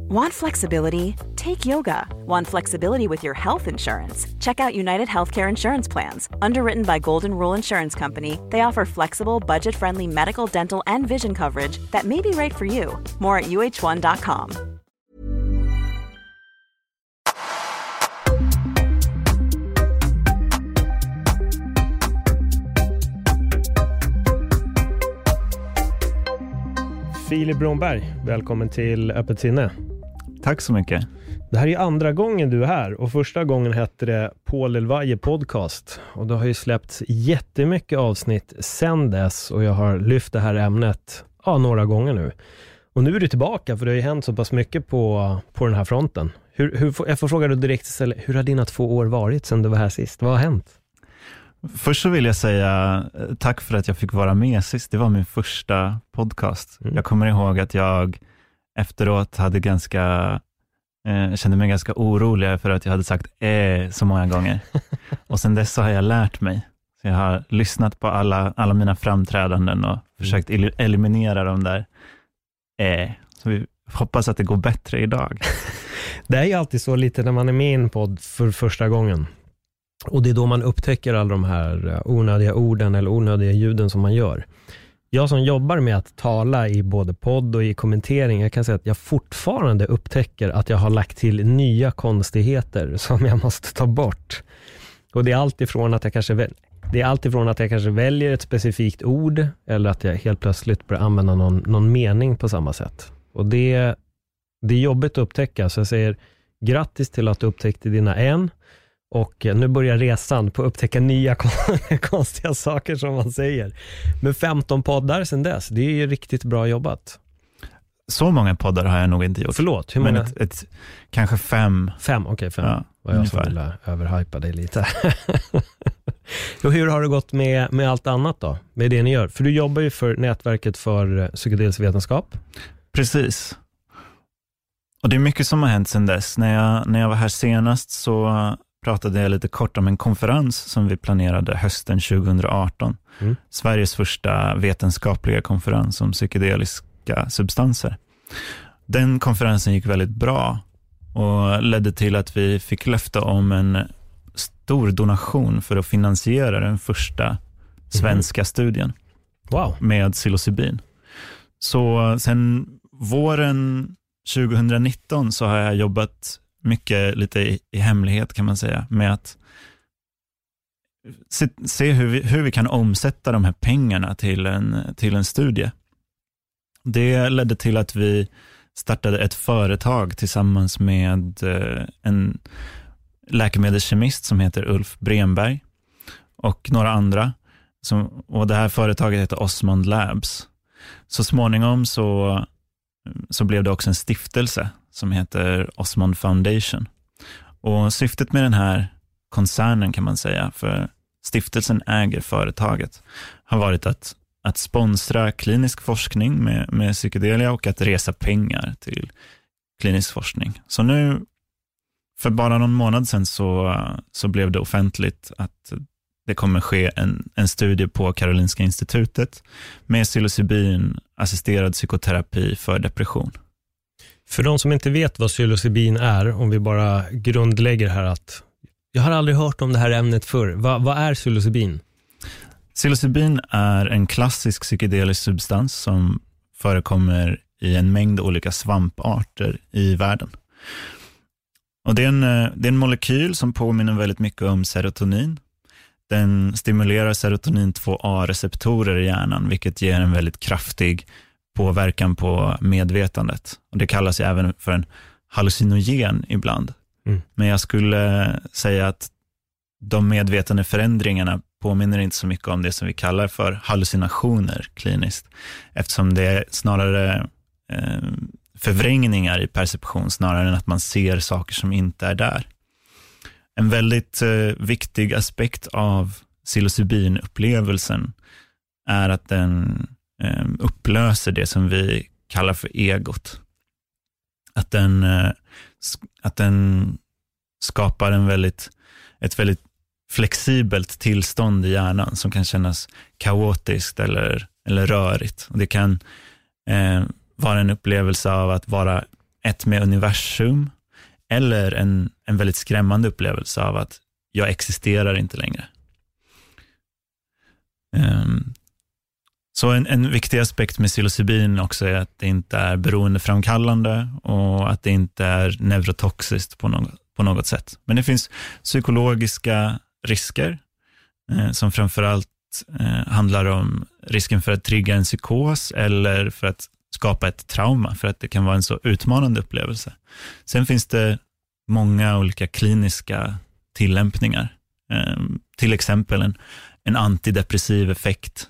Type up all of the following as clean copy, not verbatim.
Want flexibility? Take yoga. Want flexibility with your health insurance? Check out United Healthcare Insurance Plans. Underwritten by Golden Rule Insurance Company, they offer flexible, budget-friendly medical, dental, and vision coverage that may be right for you. More at uh1.com. Filip Bromberg, välkommen till Öppet sinne. Tack så mycket. Det här är andra gången du är här och första gången hette det Paul Elvaje podcast. Och det har ju släppts jättemycket avsnitt sedan dess och jag har lyft det här ämnet några gånger nu. Och nu är du tillbaka för det har ju hänt så pass mycket på den här fronten. Jag får fråga dig direkt istället, hur har dina 2 år varit sedan du var här sist? Vad har hänt? Först så vill jag säga tack för att jag fick vara med sist. Det var min första podcast. Jag kommer ihåg att jag efteråt hade kände mig ganska orolig för att jag hade sagt så många gånger. Och sen dess så har jag lärt mig. Så jag har lyssnat på alla mina framträdanden och försökt eliminera de där Så vi hoppas att det går bättre idag. Det är ju alltid så lite när man är med i en podd för första gången. Och det är då man upptäcker alla de här onödiga orden eller onödiga ljuden som man gör. Jag som jobbar med att tala i både podd och i kommentering, jag kan säga att jag fortfarande upptäcker att jag har lagt till nya konstigheter som jag måste ta bort. Och det är allt ifrån att jag kanske väljer ett specifikt ord eller att jag helt plötsligt börjar använda någon mening på samma sätt. Och det är jobbigt att upptäcka, så jag säger grattis till att du upptäckte dina och nu börjar resan på att upptäcka nya konstiga saker som man säger. Med 15 poddar sedan dess, det är ju riktigt bra jobbat. Så många poddar har jag nog inte gjort. Förlåt, hur många? Men kanske 5. 5, okej, 5. Ja, vad jag som ville överhypa dig lite. Och hur har det gått med allt annat då? Med det ni gör? För du jobbar ju för nätverket för psykedelisk vetenskap. Precis. Och det är mycket som har hänt sedan dess. När jag var här senast så pratade jag lite kort om en konferens som vi planerade hösten 2018. Sveriges första vetenskapliga konferens om psykedeliska substanser. Den konferensen gick väldigt bra och ledde till att vi fick löfte om en stor donation för att finansiera den första svenska studien. Wow. Med psilocybin. Så sen våren 2019 så har jag jobbat mycket lite i hemlighet kan man säga med att se hur vi kan omsätta de här pengarna till en studie. Det ledde till att vi startade ett företag tillsammans med en läkemedelskemist som heter Ulf Bremberg och några andra. Och det här företaget heter Osmond Labs. Så småningom så blev det också en stiftelse som heter Osmond Foundation. Och syftet med den här koncernen kan man säga, för stiftelsen äger företaget, har varit att sponsra klinisk forskning med psykedelia och att resa pengar till klinisk forskning. Så nu, för bara någon månad sedan så blev det offentligt att det kommer ske en studie på Karolinska institutet med psilocybin assisterad psykoterapi för depression. För de som inte vet vad psilocybin är, om vi bara grundlägger här att jag har aldrig hört om det här ämnet förr. Vad är psilocybin? Psilocybin är en klassisk psykedelisk substans som förekommer i en mängd olika svamparter i världen. Och det är en molekyl som påminner väldigt mycket om serotonin. Den stimulerar serotonin 2A-receptorer i hjärnan, vilket ger en väldigt kraftig påverkan på medvetandet. Och det kallas ju även för en hallucinogen ibland. Men jag skulle säga att de medvetande förändringarna påminner inte så mycket om det som vi kallar för hallucinationer kliniskt. Eftersom det är snarare förvrängningar i perception snarare än att man ser saker som inte är där. En väldigt viktig aspekt av psilocybin-upplevelsen är att den upplöser det som vi kallar för egot. Att den skapar ett väldigt flexibelt tillstånd i hjärnan som kan kännas kaotiskt eller rörigt. Och det kan vara en upplevelse av att vara ett med universum, eller en väldigt skrämmande upplevelse av att jag existerar inte längre. Så en viktig aspekt med psilocybin också är att det inte är beroendeframkallande och att det inte är neurotoxiskt på något sätt. Men det finns psykologiska risker som framförallt handlar om risken för att trigga en psykos eller för att skapa ett trauma, för att det kan vara en så utmanande upplevelse. Sen finns det många olika kliniska tillämpningar. Till exempel en antidepressiv effekt.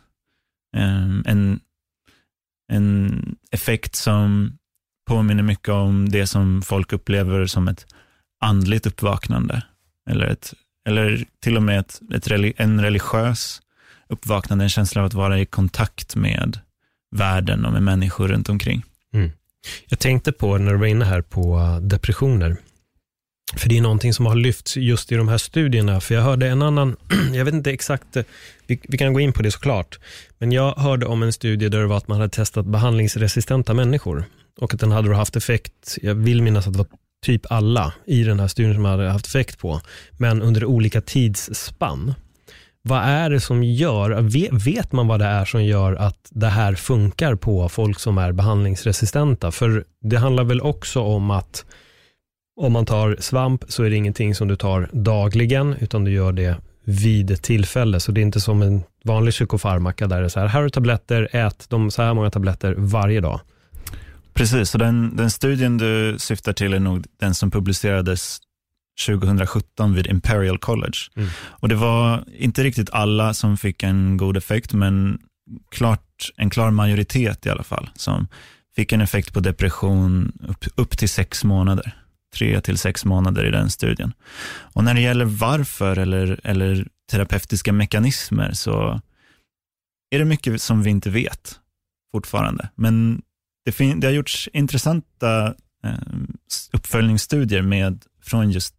En effekt som påminner mycket om det som folk upplever som ett andligt uppvaknande. Eller till och med en religiös uppvaknande, en känsla av att vara i kontakt med världen och med människor runt omkring. Jag tänkte på, när du var inne här på depressioner, för det är någonting som har lyfts just i de här studierna, för jag hörde en annan, jag vet inte exakt, vi kan gå in på det såklart, men jag hörde om en studie där det var att man hade testat behandlingsresistenta människor och att den hade haft effekt, jag vill minnas att det var typ alla i den här studien som hade haft effekt på, men under olika tidsspann. Vad är det som gör, vet man vad det är som gör att det här funkar på folk som är behandlingsresistenta? För det handlar väl också om att om man tar svamp så är det ingenting som du tar dagligen, utan du gör det vid ett tillfälle. Så det är inte som en vanlig psykofarmaka där det är så här har du tabletter, ät de så här många tabletter varje dag. Precis, så den studien du syftar till är nog den som publicerades 2017 vid Imperial College. Och det var inte riktigt alla som fick en god effekt, men en klar majoritet i alla fall som fick en effekt på depression upp till 6 månader. 3 till 6 månader i den studien. Och när det gäller varför eller terapeutiska mekanismer så är det mycket som vi inte vet fortfarande. Men det har gjorts intressanta uppföljningsstudier från just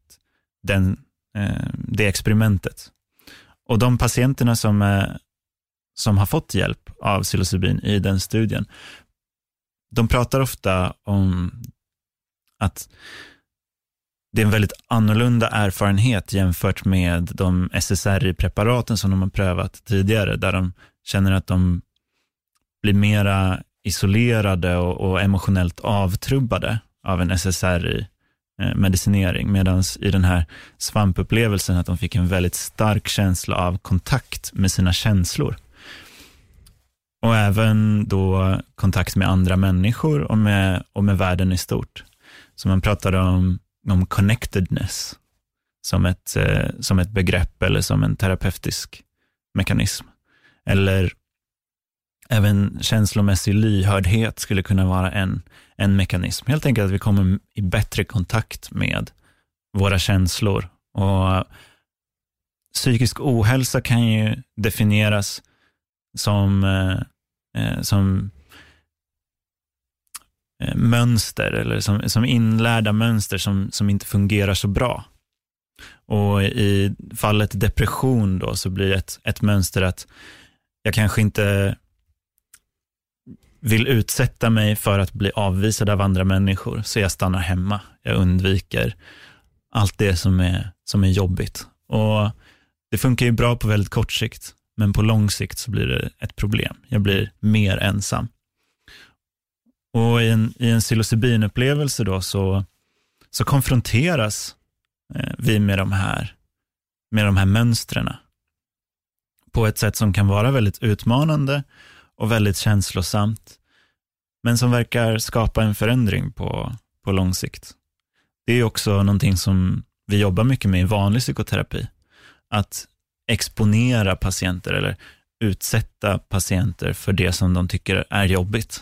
det experimentet. Och de patienterna som har fått hjälp av psilocybin i den studien, de pratar ofta om att det är en väldigt annorlunda erfarenhet jämfört med de SSRI-preparaten som de har prövat tidigare, där de känner att de blir mera isolerade och emotionellt avtrubbade av en SSRI-medicinering, medan i den här svampupplevelsen att de fick en väldigt stark känsla av kontakt med sina känslor. Och även då kontakt med andra människor och med världen i stort. Så man pratade om connectedness som ett begrepp eller som en terapeutisk mekanism. Eller även känslomässig lyhördhet skulle kunna vara en mekanism. Helt enkelt att vi kommer i bättre kontakt med våra känslor. Och psykisk ohälsa kan ju definieras som mönster eller som inlärda mönster som inte fungerar så bra. Och i fallet depression då så blir ett mönster att jag kanske inte vill utsätta mig för att bli avvisad av andra människor, så jag stannar hemma. Jag undviker allt det som är jobbigt. Och det funkar ju bra på väldigt kort sikt, men på lång sikt så blir det ett problem. Jag blir mer ensam. Och i en psilocybinupplevelse då så konfronteras vi med de här mönstren på ett sätt som kan vara väldigt utmanande och väldigt känslosamt, men som verkar skapa en förändring på lång sikt. Det är också någonting som vi jobbar mycket med i vanlig psykoterapi, att exponera patienter eller utsätta patienter för det som de tycker är jobbigt.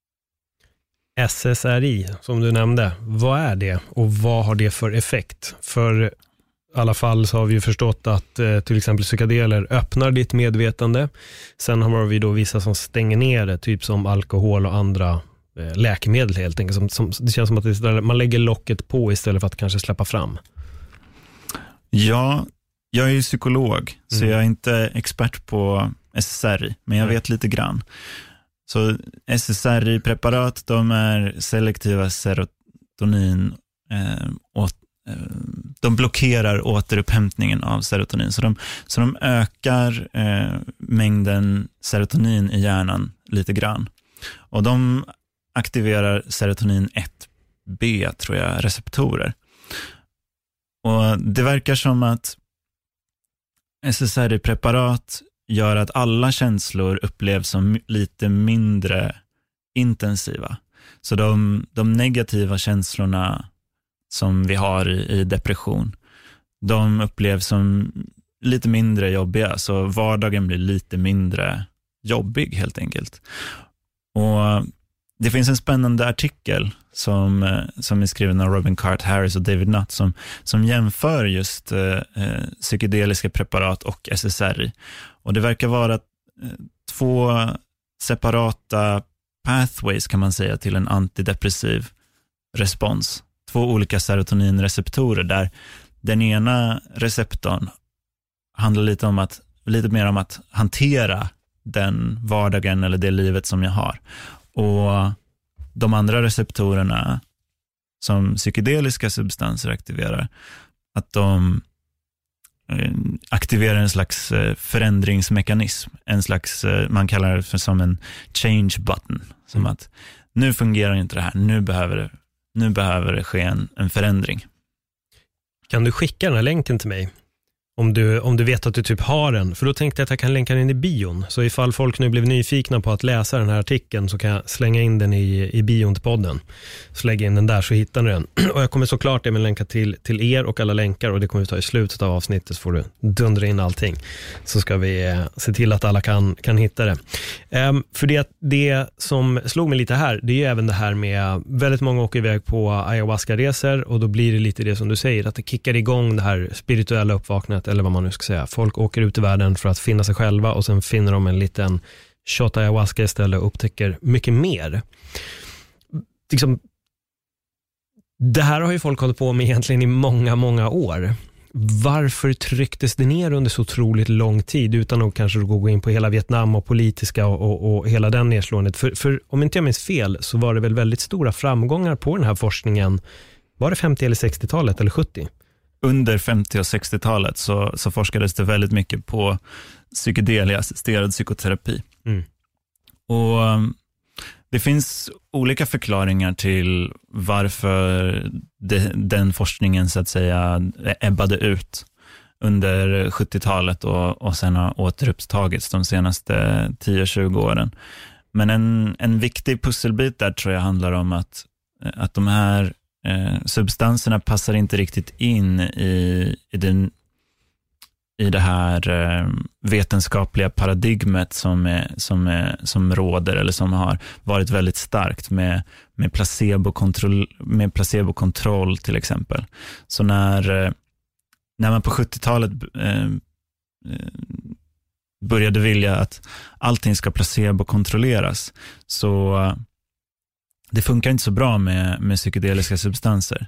SSRI, som du nämnde, vad är det och vad har det för effekt? För i alla fall så har vi ju förstått att till exempel psykedeler öppnar ditt medvetande. Sen har vi då vissa som stänger ner det, typ som alkohol och andra läkemedel helt enkelt. Det känns som att man lägger locket på istället för att kanske släppa fram. Ja, jag är ju psykolog så jag är inte expert på SSRI, men jag vet lite grann. Så SSRI-preparat, de är selektiva serotonin de blockerar återupphämtningen av serotonin. Så de ökar mängden serotonin i hjärnan lite grann. Och de aktiverar serotonin 1B, tror jag, receptorer. Och det verkar som att SSRI-preparat gör att alla känslor upplevs som lite mindre intensiva. Så de negativa känslorna som vi har i depression, de upplevs som lite mindre jobbiga. Så vardagen blir lite mindre jobbig helt enkelt. Och det finns en spännande artikel som är skriven av Robin Carhart-Harris och David Nutt som jämför just psykedeliska preparat och SSRI. Och det verkar vara 2 separata pathways, kan man säga, till en antidepressiv respons. 2 olika serotoninreceptorer, där den ena receptorn handlar lite mer om att hantera den vardagen eller det livet som jag har. Och de andra receptorerna som psykedeliska substanser aktiverar, att de aktiverar en slags förändringsmekanism, en slags, man kallar det för som en change button, som att nu fungerar inte det här, nu behöver det ske en förändring. Kan du skicka den här länken till mig? Om du vet att du typ har den. För då tänkte jag att jag kan länka den i bion. Så ifall folk nu blev nyfikna på att läsa den här artikeln, så kan jag slänga in den i bion till podden. Så lägger in den där, så hittar ni den. Och jag kommer såklart även länka till er och alla länkar. Och det kommer vi ta i slutet av avsnittet, så får du dundra in allting. Så ska vi se till att alla kan hitta det. För det som slog mig lite här, det är ju även det här med väldigt många åker iväg på ayahuasca-resor. Och då blir det lite det som du säger, att det kickar igång det här spirituella uppvaknandet, eller vad man nu ska säga. Folk åker ut i världen för att finna sig själva, och sen finner de en liten shot ayahuasca istället och upptäcker mycket mer. Liksom, det här har ju folk hållit på med egentligen i många, många år. Varför trycktes det ner under så otroligt lång tid utan att kanske gå in på hela Vietnam och politiska och hela den nedslåendet? För om inte jag minns fel, så var det väl väldigt stora framgångar på den här forskningen. Var det 50- eller 60-talet eller 70? Under 50- och 60-talet så forskades det väldigt mycket på psykedelia-assisterad psykoterapi. Och det finns olika förklaringar till varför den forskningen så att säga ebbade ut under 70-talet och sen har återupptagits de senaste 10-20 åren. Men en viktig pusselbit där tror jag handlar om att de här substanserna passar inte riktigt in i det här vetenskapliga paradigmet som råder, eller som har varit väldigt starkt med placebokontroll till exempel. Så när man på 70-talet började vilja att allting ska placebokontrolleras, så det funkar inte så bra med psykedeliska substanser.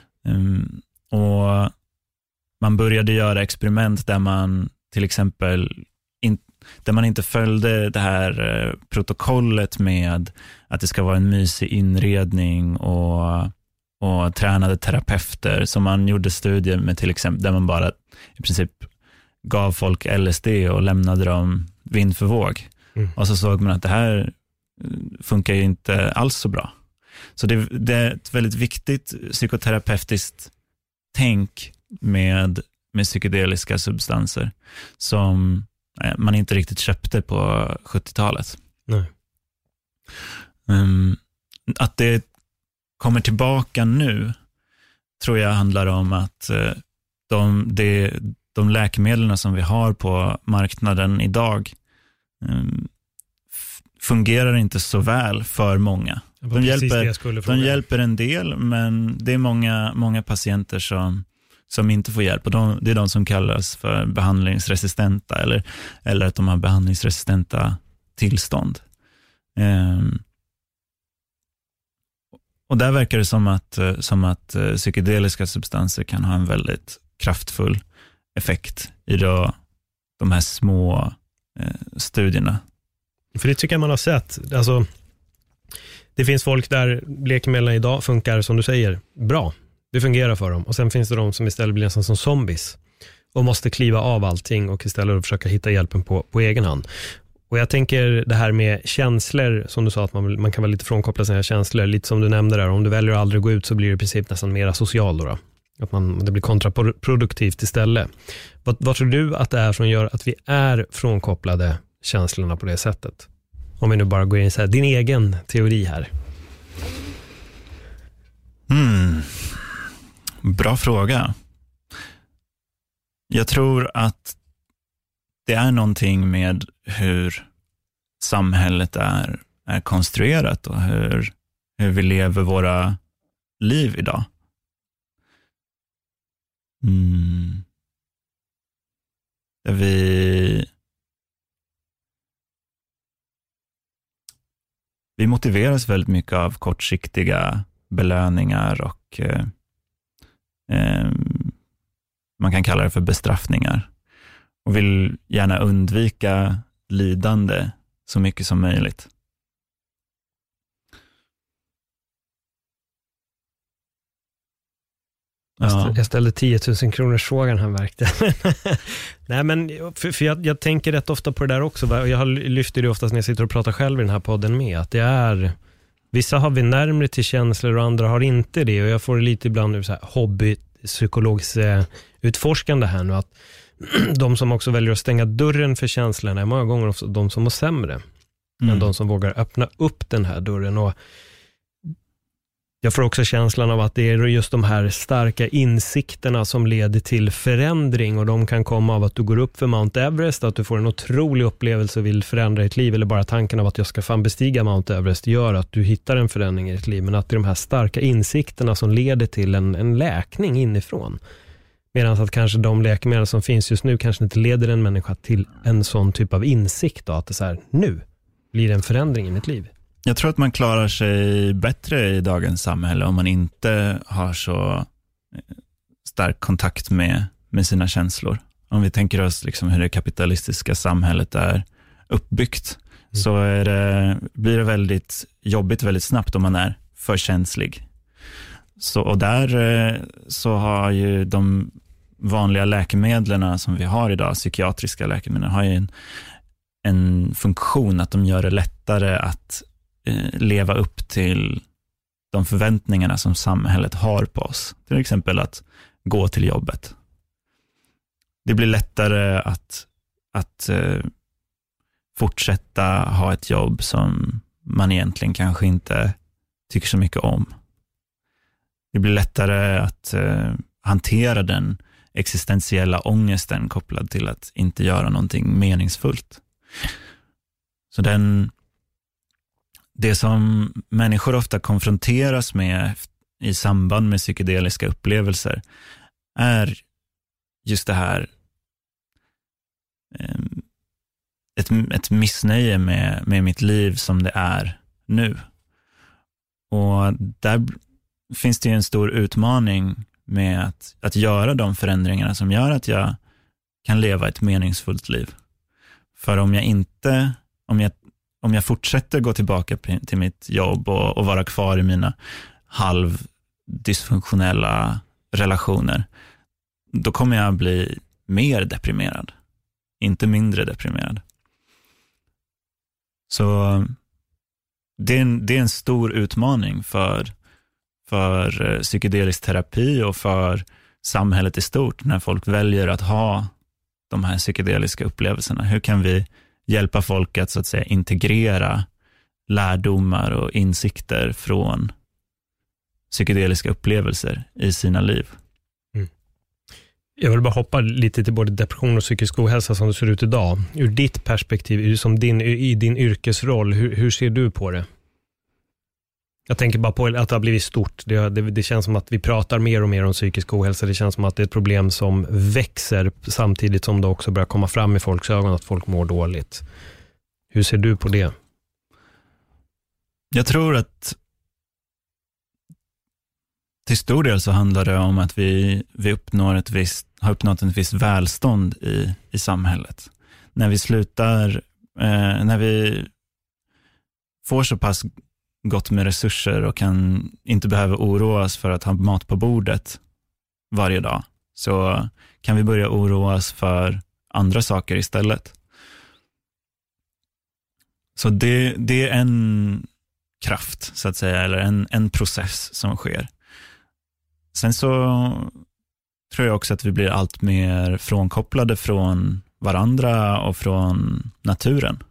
Och man började göra experiment där man till exempel där man inte följde det här protokollet med att det ska vara en mysig inredning och tränade terapeuter, som man gjorde studier med, till exempel där man bara i princip gav folk LSD och lämnade dem vind för våg. Och så såg man att det här funkar ju inte alls så bra. Så det är ett väldigt viktigt psykoterapeutiskt tänk med psykedeliska substanser som man inte riktigt köpte på 70-talet. Nej. Att det kommer tillbaka nu tror jag handlar om att de läkemedlen som vi har på marknaden idag fungerar inte så väl för många. De hjälper en del, men det är många patienter som inte får hjälp. Och det är de som kallas för behandlingsresistenta eller att de har behandlingsresistenta tillstånd. Och där verkar det som att psykedeliska substanser kan ha en väldigt kraftfull effekt i de här små studierna. För det tycker jag man har sett. Alltså, Det finns folk där läkemedlen idag funkar, som du säger, bra. Det fungerar för dem. Och sen finns det de som istället blir nästan som zombies och måste kliva av allting och istället försöka hitta hjälpen på egen hand. Och jag tänker det här med känslor, som du sa, att man kan vara lite frånkoppla sina känslor, lite som du nämnde där, om du väljer att aldrig gå ut så blir det i princip nästan mera social då. Att det blir kontraproduktivt istället. Vad tror du att det är som gör att vi är frånkopplade känslorna på det sättet? Om vi nu bara går in i så här, din egen teori här. Bra fråga. Jag tror att det är någonting med hur samhället är konstruerat och hur vi lever våra liv idag. Vi motiveras väldigt mycket av kortsiktiga belöningar och man kan kalla det för bestraffningar. Och vill gärna undvika lidande så mycket som möjligt. Ja. Jag ställde 10 000 kronors frågan här märkte. Nej, men för jag tänker rätt ofta på det där också. Och jag lyfter det oftast när jag sitter och pratar själv i den här podden med. Att det är, vissa har vi närmare till känslor och andra har inte det. Och jag får lite ibland nu så här hobbypsykologiskt utforskande här nu. Att de som också väljer att stänga dörren för känslorna är många gånger också de som mår sämre. Än de som vågar öppna upp den här dörren. Och jag får också känslan av att det är just de här starka insikterna som leder till förändring, och de kan komma av att du går upp för Mount Everest, att du får en otrolig upplevelse och vill förändra ditt liv, eller bara tanken av att jag ska fan bestiga Mount Everest gör att du hittar en förändring i ditt liv, men att det är de här starka insikterna som leder till en läkning inifrån. Medan att kanske de läkemedel som finns just nu kanske inte leder en människa till en sån typ av insikt då, att det är så här, nu blir det en förändring i mitt liv. Jag tror att man klarar sig bättre i dagens samhälle om man inte har så stark kontakt med sina känslor. Om vi tänker oss liksom hur det kapitalistiska samhället är uppbyggt, så blir det väldigt jobbigt väldigt snabbt om man är för känslig. Och där så har ju de vanliga läkemedlen som vi har idag, psykiatriska läkemedel, har ju en funktion att de gör det lättare att leva upp till de förväntningarna som samhället har på oss. Till exempel att gå till jobbet. Det blir lättare att fortsätta ha ett jobb som man egentligen kanske inte tycker så mycket om. Det blir lättare att hantera den existentiella ångesten kopplad till att inte göra någonting meningsfullt. Så det som människor ofta konfronteras med i samband med psykedeliska upplevelser är just det här ett missnöje med mitt liv som det är nu. Och där finns det ju en stor utmaning med att göra de förändringarna som gör att jag kan leva ett meningsfullt liv. För om jag fortsätter gå tillbaka till mitt jobb och vara kvar i mina halvdysfunktionella relationer, då kommer jag bli mer deprimerad, inte mindre deprimerad. Så det är en stor utmaning för psykedelisk terapi och för samhället i stort när folk väljer att ha de här psykedeliska upplevelserna. Hur kan vi hjälpa folk att så att säga integrera lärdomar och insikter från psykedeliska upplevelser i sina liv? Jag vill bara hoppa lite till både depression och psykisk ohälsa som det ser ut idag. Ur ditt perspektiv, som i din yrkesroll, hur ser du på det? Jag tänker bara på att det har blivit stort. Det känns som att vi pratar mer och mer om psykisk ohälsa. Det känns som att det är ett problem som växer samtidigt som det också börjar komma fram i folks ögon att folk mår dåligt. Hur ser du på det? Jag tror att till stor del så handlar det om att vi har uppnått ett visst välstånd i samhället. När vi får så pass gott med resurser och inte behöver oroas för att ha mat på bordet varje dag, så kan vi börja oroas för andra saker istället. Så det är en kraft, så att säga, eller en process som sker. Sen så tror jag också att vi blir allt mer frånkopplade från varandra och från naturen.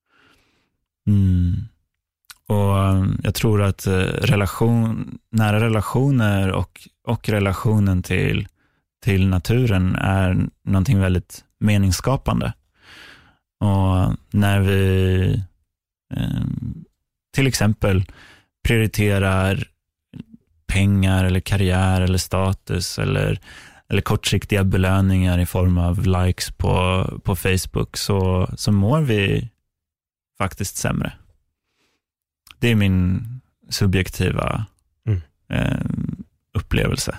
Och jag tror att nära relationer och relationen till naturen är någonting väldigt meningsskapande. Och när vi till exempel prioriterar pengar eller karriär eller status eller kortsiktiga belöningar i form av likes på Facebook, så mår vi faktiskt sämre. Det är min subjektiva upplevelse.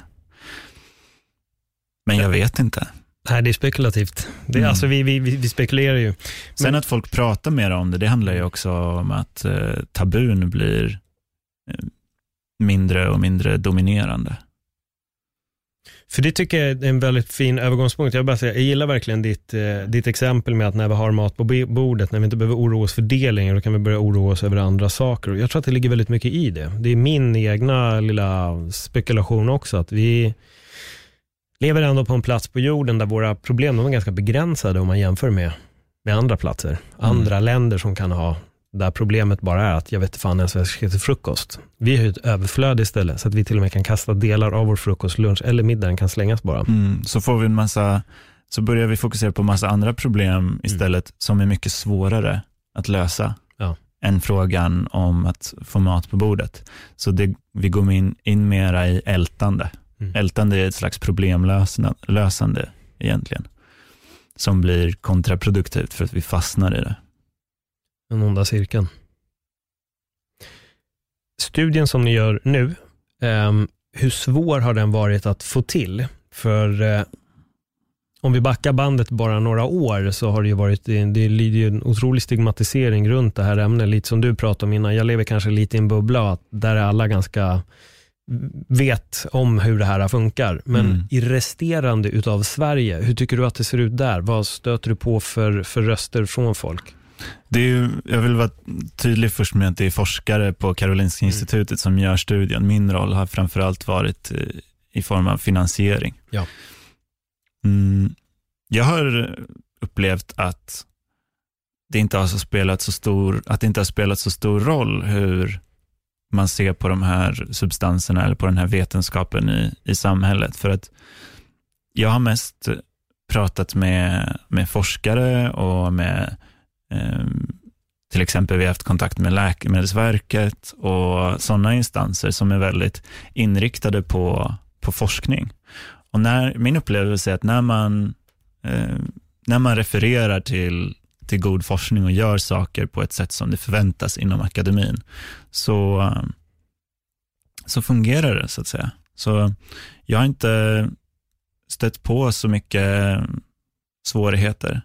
Men jag vet inte. Nej, det är spekulativt. Alltså vi spekulerar ju. Sen att folk pratar mer om det handlar ju också om att tabun blir mindre och mindre dominerande. För det tycker jag är en väldigt fin övergångspunkt. Jag gillar verkligen ditt exempel med att när vi har mat på bordet, när vi inte behöver oroa oss för det längre, då kan vi börja oroa oss över andra saker. Och jag tror att det ligger väldigt mycket i det. Det är min egna lilla spekulation också, att vi lever ändå på en plats på jorden där våra problem är ganska begränsade om man jämför med andra platser. Andra länder som kan ha, där problemet bara är att jag vet fan ens vad jag ska till frukost. Vi har ju ett överflöd istället, så att vi till och med kan kasta delar av vår frukost, lunch eller middag, den kan slängas bara. Så får vi så börjar vi fokusera på massa andra problem istället som är mycket svårare att lösa än frågan om att få mat på bordet. Så vi går in mera i ältande. Ältande är ett slags problemlösande egentligen, som blir kontraproduktivt för att vi fastnar i det. Den onda cirkeln. Studien som ni gör nu, hur svår har den varit att få till? För om vi backar bandet bara några år, så har det ju varit, det lider ju en otrolig stigmatisering runt det här ämnet, lite som du pratade om innan. Jag lever kanske lite i en bubbla, att där är alla ganska vet om hur det här funkar. Men i resterande utav Sverige, hur tycker du att det ser ut där? Vad stöter du på för röster från folk? Jag vill vara tydlig först med att det är forskare på Karolinska institutet som gör studien. Min roll har framförallt varit i form av finansiering. Ja. Jag har upplevt att det inte har spelat så stor roll hur man ser på de här substanserna eller på den här vetenskapen i samhället. För att jag har mest pratat med forskare och med till exempel vi har haft kontakt med Läkemedelsverket och sådana instanser som är väldigt inriktade på forskning. Och min upplevelse är att när man refererar till god forskning och gör saker på ett sätt som det förväntas inom akademin, så fungerar det, så att säga. Så jag har inte stött på så mycket svårigheter.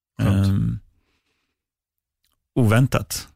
Oväntat.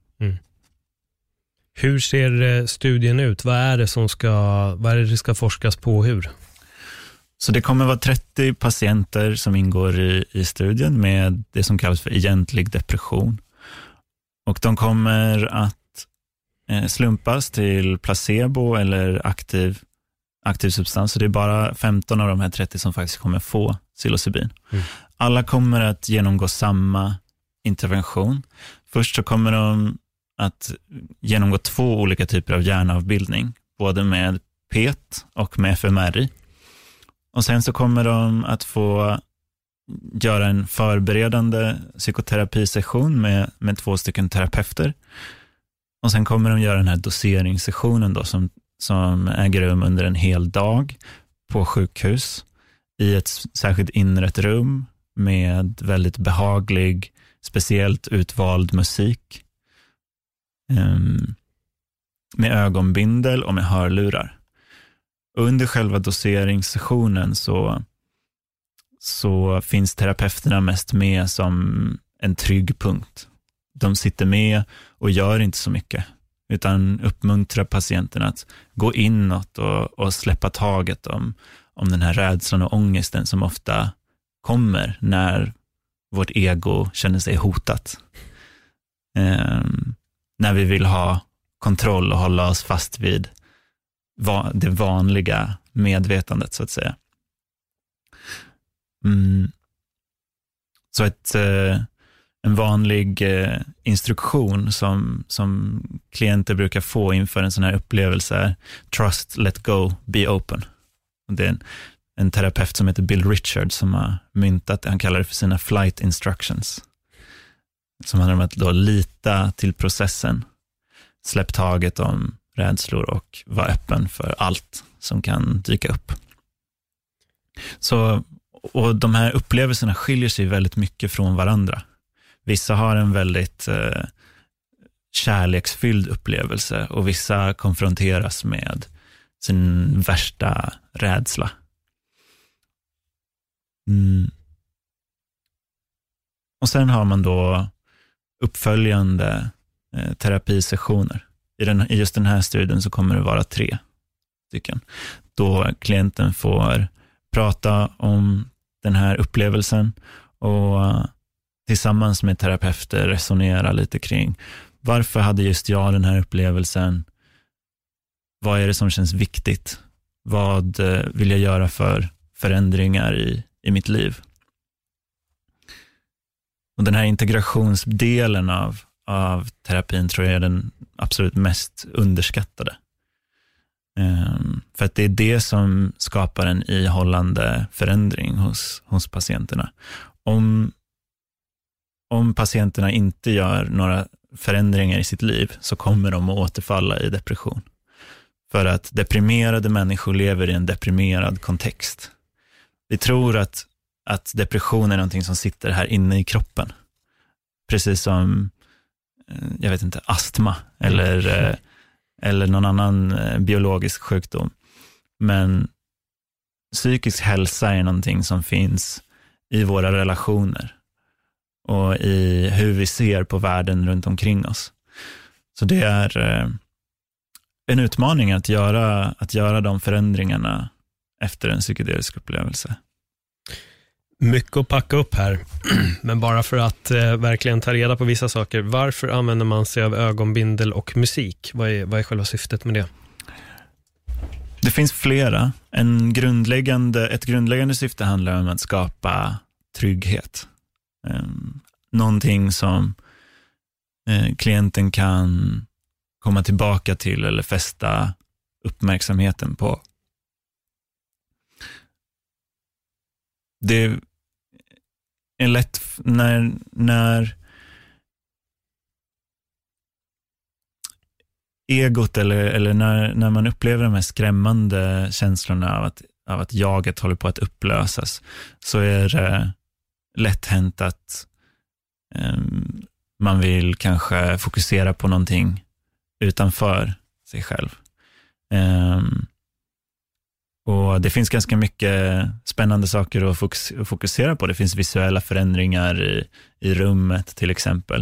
Hur ser studien ut? Vad är det ska forskas på, hur? Så det kommer vara 30 patienter som ingår i studien med det som kallas för egentlig depression. Och de kommer att slumpas till placebo eller aktiv substans. Så det är bara 15 av de här 30 som faktiskt kommer få psilocybin. Alla kommer att genomgå samma intervention. Först så kommer de att genomgå 2 olika typer av hjärnavbildning, både med PET och med fMRI. Och sen så kommer de att få göra en förberedande psykoterapisession med 2 stycken terapeuter. Och sen kommer de göra den här doseringssessionen då, som äger rum under en hel dag på sjukhus i ett särskilt inrett rum med väldigt behaglig, speciellt utvald musik, med ögonbindel och med hörlurar. Under själva doseringssessionen så finns terapeuterna mest med som en trygg punkt. De sitter med och gör inte så mycket, utan uppmuntra patienten att gå inåt och släppa taget om den här rädslan och ångesten som ofta kommer när vårt ego känner sig hotat. När vi vill ha kontroll och hålla oss fast vid det vanliga medvetandet, så att säga. Så en vanlig instruktion som klienter brukar få inför en sån här upplevelse är trust, let go, be open. Och det är en terapeut som heter Bill Richards som har myntat det. Han kallar det för sina flight instructions. Som handlar om att då lita till processen, släpp taget om rädslor och vara öppen för allt som kan dyka upp. Och de här upplevelserna skiljer sig väldigt mycket från varandra. Vissa har en väldigt kärleksfylld upplevelse och vissa konfronteras med sin värsta rädsla. Och sen har man då uppföljande terapisessioner. I just den här studien så kommer det vara 3 stycken. Då klienten får prata om den här upplevelsen och tillsammans med terapeuter resonera lite kring varför hade just jag den här upplevelsen? Vad är det som känns viktigt? Vad vill jag göra för förändringar i mitt liv? Och den här integrationsdelen av terapin tror jag är den absolut mest underskattade. För att det är det som skapar en ihållande förändring hos patienterna. Om patienterna inte gör några förändringar i sitt liv så kommer de att återfalla i depression. För att deprimerade människor lever i en deprimerad kontext. Vi tror att depression är någonting som sitter här inne i kroppen. Precis som, jag vet inte, astma eller någon annan biologisk sjukdom. Men psykisk hälsa är någonting som finns i våra relationer och i hur vi ser på världen runt omkring oss. Så det är en utmaning att göra de förändringarna efter en psykedelisk upplevelse. Mycket att packa upp här, men bara för att verkligen ta reda på vissa saker. Varför använder man sig av ögonbindel och musik? Vad är själva syftet med det? Det finns flera. Ett grundläggande syfte handlar om att skapa trygghet. Någonting som klienten kan komma tillbaka till eller fästa uppmärksamheten på. Det är lätt när egot eller när man upplever de här skrämmande känslorna av att jaget håller på att upplösas, så är det lätt hänt att man vill kanske fokusera på någonting utanför sig själv. Och det finns ganska mycket spännande saker att fokusera på. Det finns visuella förändringar i rummet till exempel.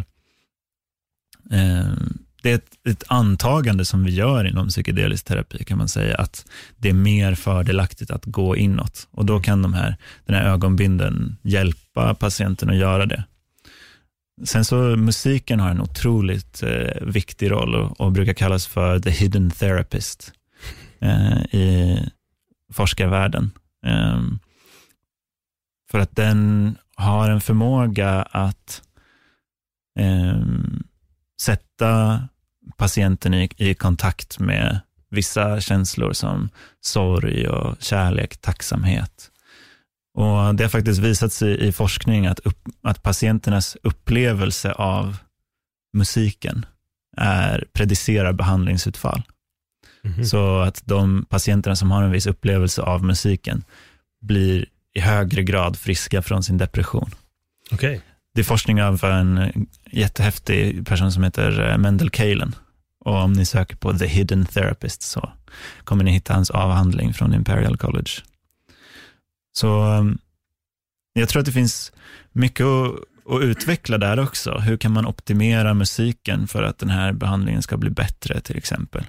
Det är ett antagande som vi gör inom psykedelisk terapi, kan man säga, att det är mer fördelaktigt att gå inåt. Och då kan den här ögonbindeln hjälpa patienten att göra det. Sen så musiken har en otroligt viktig roll och brukar kallas för the hidden therapist i forskarvärlden. För att den har en förmåga att sätta patienten i kontakt med vissa känslor som sorg och kärlek, tacksamhet. Och det har faktiskt visat sig i forskning att patienternas upplevelse av musiken predicerar behandlingsutfall. Mm-hmm. Så att de patienterna som har en viss upplevelse av musiken blir i högre grad friska från sin depression. Okay. Det är forskning av en jättehäftig person som heter Mendel Kaelen. Och om ni söker på The Hidden Therapist så kommer ni hitta hans avhandling från Imperial College. Så jag tror att det finns mycket och utveckla där också. Hur kan man optimera musiken för att den här behandlingen ska bli bättre till exempel.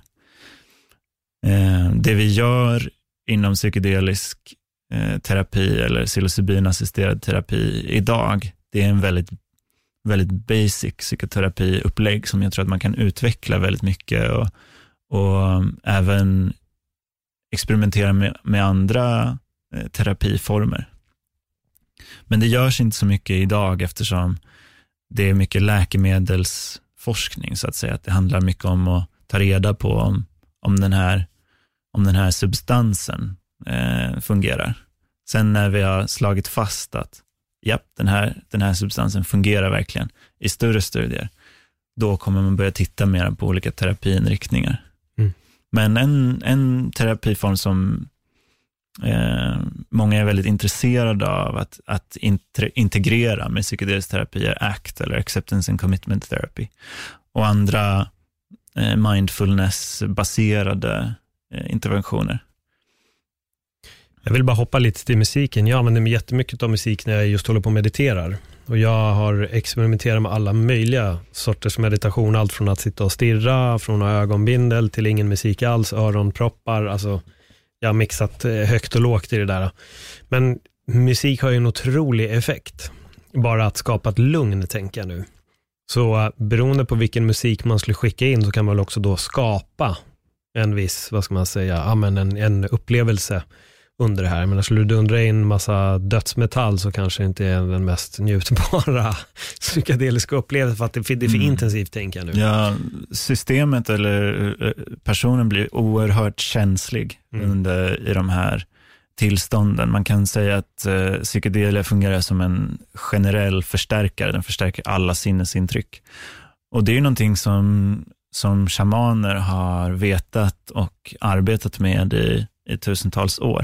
Det vi gör inom psykedelisk terapi eller psilocybinassisterad terapi idag, det är en väldigt, väldigt basic psykoterapiupplägg som jag tror att man kan utveckla väldigt mycket och även experimentera med andra terapiformer. Men det görs inte så mycket idag eftersom det är mycket läkemedelsforskning så att säga. Att det handlar mycket om att ta reda på om den här substansen fungerar. Sen när vi har slagit fast att den här substansen fungerar verkligen i större studier, då kommer man börja titta mer på olika terapiinriktningar. Men en terapiform som många är väldigt intresserade av att integrera med psykedelisk terapi är ACT eller Acceptance and Commitment Therapy och andra mindfulness-baserade interventioner. Jag vill bara hoppa lite till musiken. Jag använder mig jättemycket av musik när jag just håller på och mediterar. Och jag har experimenterat med alla möjliga sorters meditation. Allt från att sitta och stirra, från ögonbindel till ingen musik alls, öronproppar. Alltså, jag har mixat högt och lågt i det där. Men musik har ju en otrolig effekt. Bara att skapa ett lugn, tänker jag nu. Så beroende på vilken musik man skulle skicka in så kan man också då skapa en viss, vad ska man säga, en upplevelse under det här. Men skulle du dundra in massa dödsmetall så kanske det inte är den mest njutbara psykedeliska upplevelsen för att det är för intensivt, tänker jag nu. Ja, systemet eller personen blir oerhört känslig i de här tillstånden. Man kan säga att psykedelia fungerar som en generell förstärkare. Den förstärker alla sinnesintryck. Och det är ju någonting som shamaner har vetat och arbetat med i tusentals år.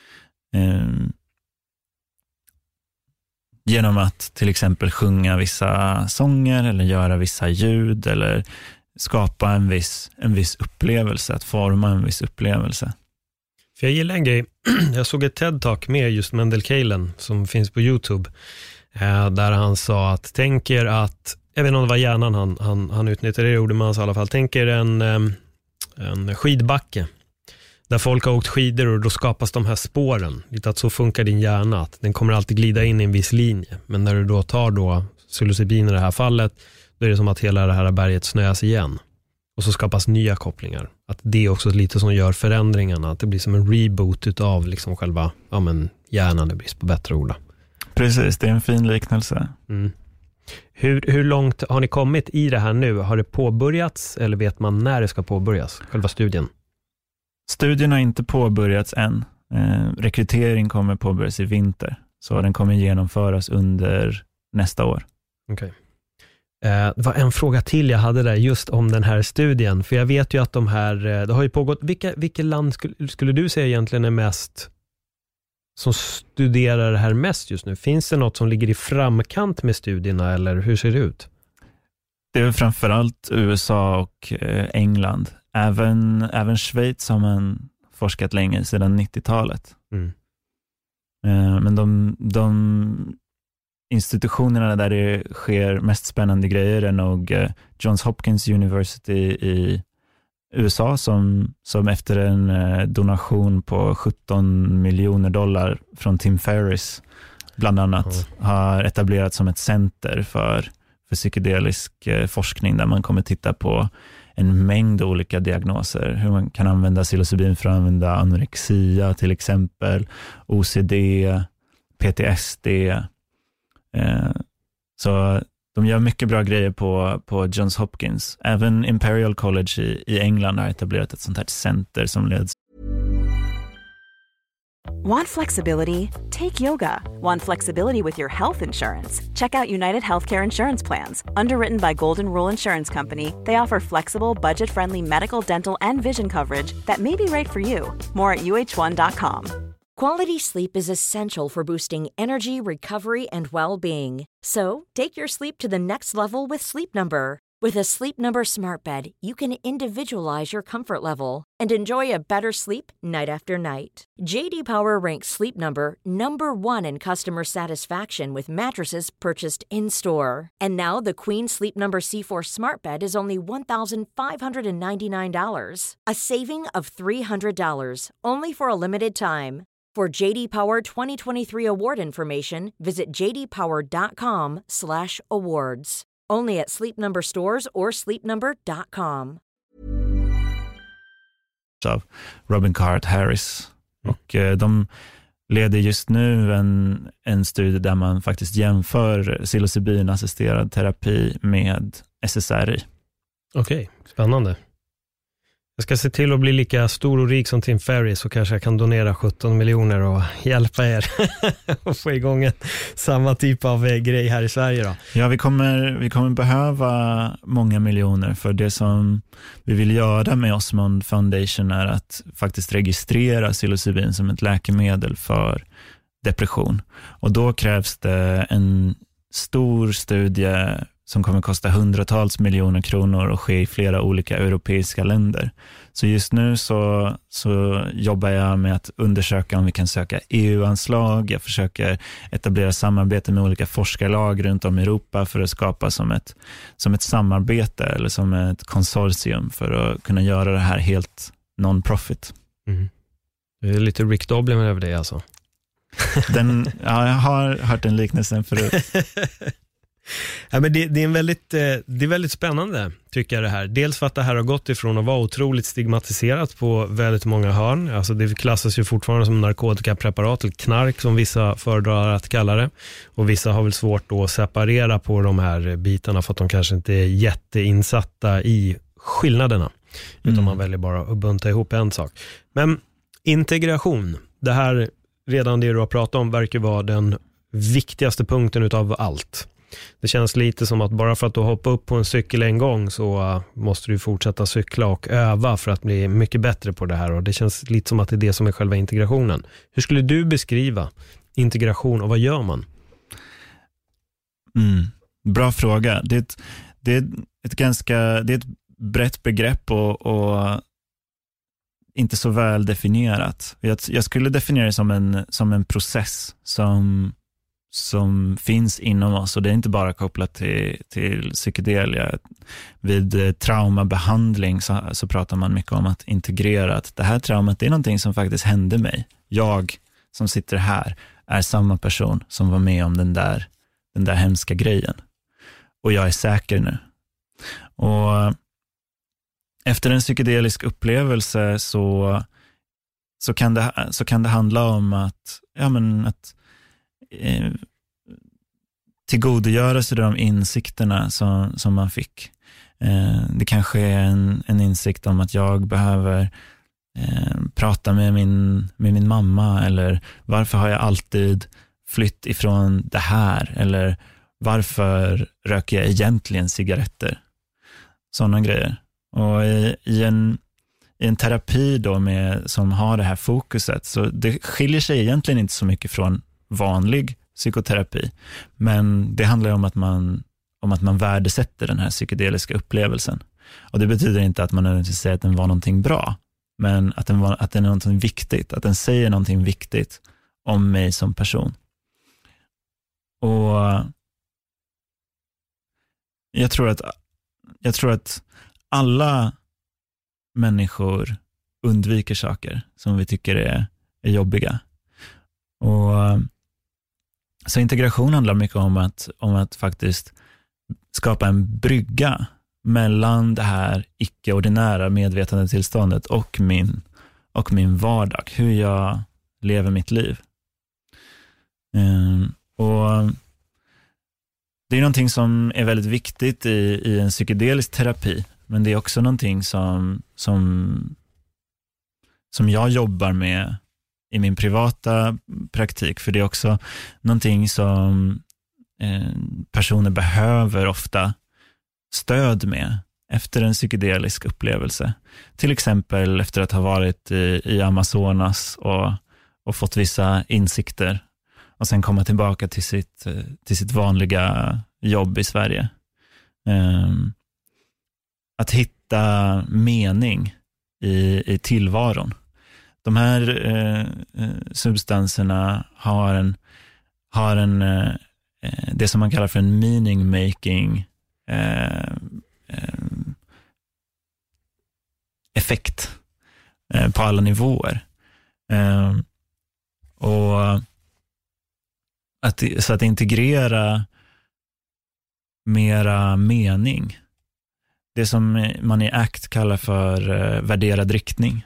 Genom att till exempel sjunga vissa sånger eller göra vissa ljud eller skapa en viss upplevelse, att forma en viss upplevelse. För jag gillar en grej, jag såg ett TED-talk med just Mendel Kaelen som finns på YouTube där han sa att tänker att, jag vet inte om det var hjärnan han utnyttjade det ordet, men i alla fall tänker en skidbacke där folk har åkt skidor och då skapas de här spåren. Lite att så funkar din hjärna, att den kommer alltid glida in i en viss linje. Men när du då tar psilocybin i det här fallet, då är det som att hela det här berget snöas igen. Och så skapas nya kopplingar. Att det är också lite som gör förändringarna. Att det blir som en reboot utav liksom själva hjärnan, det brist på bättre ord. Precis, det är en fin liknelse. Mm. Hur långt har ni kommit i det här nu? Har det påbörjats eller vet man när det ska påbörjas? Själva studien? Studien har inte påbörjats än. Rekrytering kommer påbörjas i vinter. Så den kommer genomföras under nästa år. Okej. Det var en fråga till jag hade där just om den här studien. För jag vet ju att de här, det har ju pågått, vilket land skulle du säga egentligen är mest som studerar det här mest just nu? Finns det något som ligger i framkant med studierna eller hur ser det ut? Det är framförallt USA och England. Även Schweiz har man forskat länge, sedan 90-talet. Men de institutionerna där det sker mest spännande grejer är nog Johns Hopkins University i USA som efter en donation på $17 miljoner från Tim Ferriss bland annat har etablerat som ett center för psykedelisk forskning där man kommer titta på en mängd olika diagnoser. Hur man kan använda psilocybin för att använda anorexia till exempel, OCD, PTSD. Så de gör mycket bra grejer på Johns Hopkins. Även Imperial College i England har etablerat ett sånt här center som leds. Want flexibility? Take yoga. Want flexibility with your health insurance? Check out United Healthcare Insurance Plans. Underwritten by Golden Rule Insurance Company, they offer flexible, budget-friendly medical, dental, and vision coverage that may be right for you. More at uh1.com. Quality sleep is essential for boosting energy, recovery, and well-being. So, take your sleep to the next level with Sleep Number. With a Sleep Number Smart Bed, you can individualize your comfort level and enjoy a better sleep night after night. JD Power ranks Sleep Number #1 in customer satisfaction with mattresses purchased in-store. And now the Queen Sleep Number C4 Smart Bed is only $1,599, a saving of $300, only for a limited time. For JD Power 2023 award information, visit jdpower.com/awards. Only at Sleep Number stores or sleepnumber.com. Av Robin Carhart-Harris. Och de leder just nu en studie där man faktiskt jämför psilocybin-assisterad terapi med SSRI. Okej, spännande. Jag ska se till att bli lika stor och rik som Tim Ferriss, så kanske jag kan donera 17 miljoner och hjälpa er och få igång samma typ av grej här i Sverige då. Ja, vi kommer behöva många miljoner, för det som vi vill göra med Osmond Foundation är att faktiskt registrera psilocybin som ett läkemedel för depression. Och då krävs det en stor studie som kommer kosta hundratals miljoner kronor och ske i flera olika europeiska länder. Så just nu så jobbar jag med att undersöka om vi kan söka EU-anslag. Jag försöker etablera samarbete med olika forskarlag runt om i Europa för att skapa som ett samarbete eller som ett konsortium för att kunna göra det här helt non-profit. Mm. Det är lite Rick Doblin över det alltså. Ja, jag har hört en liknelse förut. Ja, men det är väldigt spännande tycker jag det här. Dels för att det här har gått ifrån att vara otroligt stigmatiserat på väldigt många hörn. Alltså det klassas ju fortfarande som narkotikapreparat eller knark som vissa föredrar att kalla det. Och vissa har väl svårt att separera på de här bitarna för att de kanske inte är jätteinsatta i skillnaderna. Utan man väljer bara att bunta ihop en sak. Men integration, det här redan det du har pratat om verkar vara den viktigaste punkten utav allt. Det känns lite som att bara för att du hoppar upp på en cykel en gång så måste du fortsätta cykla och öva för att bli mycket bättre på det här. Och det känns lite som att det är det som är själva integrationen. Hur skulle du beskriva integration och vad gör man? Bra fråga. Det är ett brett begrepp och inte så väl definierat. Jag skulle definiera det som en process som finns inom oss, och det är inte bara kopplat till psykedelia. Vid traumabehandling så pratar man mycket om att integrera att det här traumat, det är någonting som faktiskt hände mig. Jag som sitter här är samma person som var med om den där hemska grejen, och jag är säker nu. Och efter en psykedelisk upplevelse så kan det handla om att tillgodogöra sig de insikterna som man fick. Det kanske är en insikt om att jag behöver prata med min mamma, eller varför har jag alltid flytt ifrån det här, eller varför röker jag egentligen cigaretter? Sådana grejer. Och i en terapi då som har det här fokuset, så det skiljer sig egentligen inte så mycket från vanlig psykoterapi, men det handlar om att man värdesätter den här psykedeliska upplevelsen. Och det betyder inte att man nödvändigtvis säger att den var någonting bra, men att den är någonting viktigt, att den säger någonting viktigt om mig som person. Och jag tror att alla människor undviker saker som vi tycker är jobbiga. Och så integration handlar mycket om att faktiskt skapa en brygga mellan det här icke-ordinära medvetandetillståndet och min vardag, hur jag lever mitt liv. Och det är någonting som är väldigt viktigt i en psykedelisk terapi, men det är också någonting som jag jobbar med i min privata praktik, för det är också någonting som personer behöver ofta stöd med efter en psykedelisk upplevelse. Till exempel efter att ha varit i Amazonas och fått vissa insikter och sen komma tillbaka till sitt vanliga jobb i Sverige. att hitta mening i tillvaron. De här substanserna har en det som man kallar för en meaning making effekt på alla nivåer. Och att integrera mera mening, det som man i ACT kallar för värderad riktning.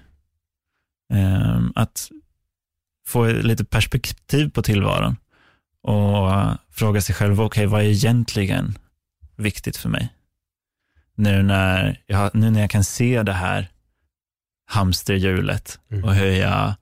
Att få lite perspektiv på tillvaron och fråga sig själv, okej, vad är egentligen viktigt för mig? Nu när jag kan se det här hamsterhjulet och hur jag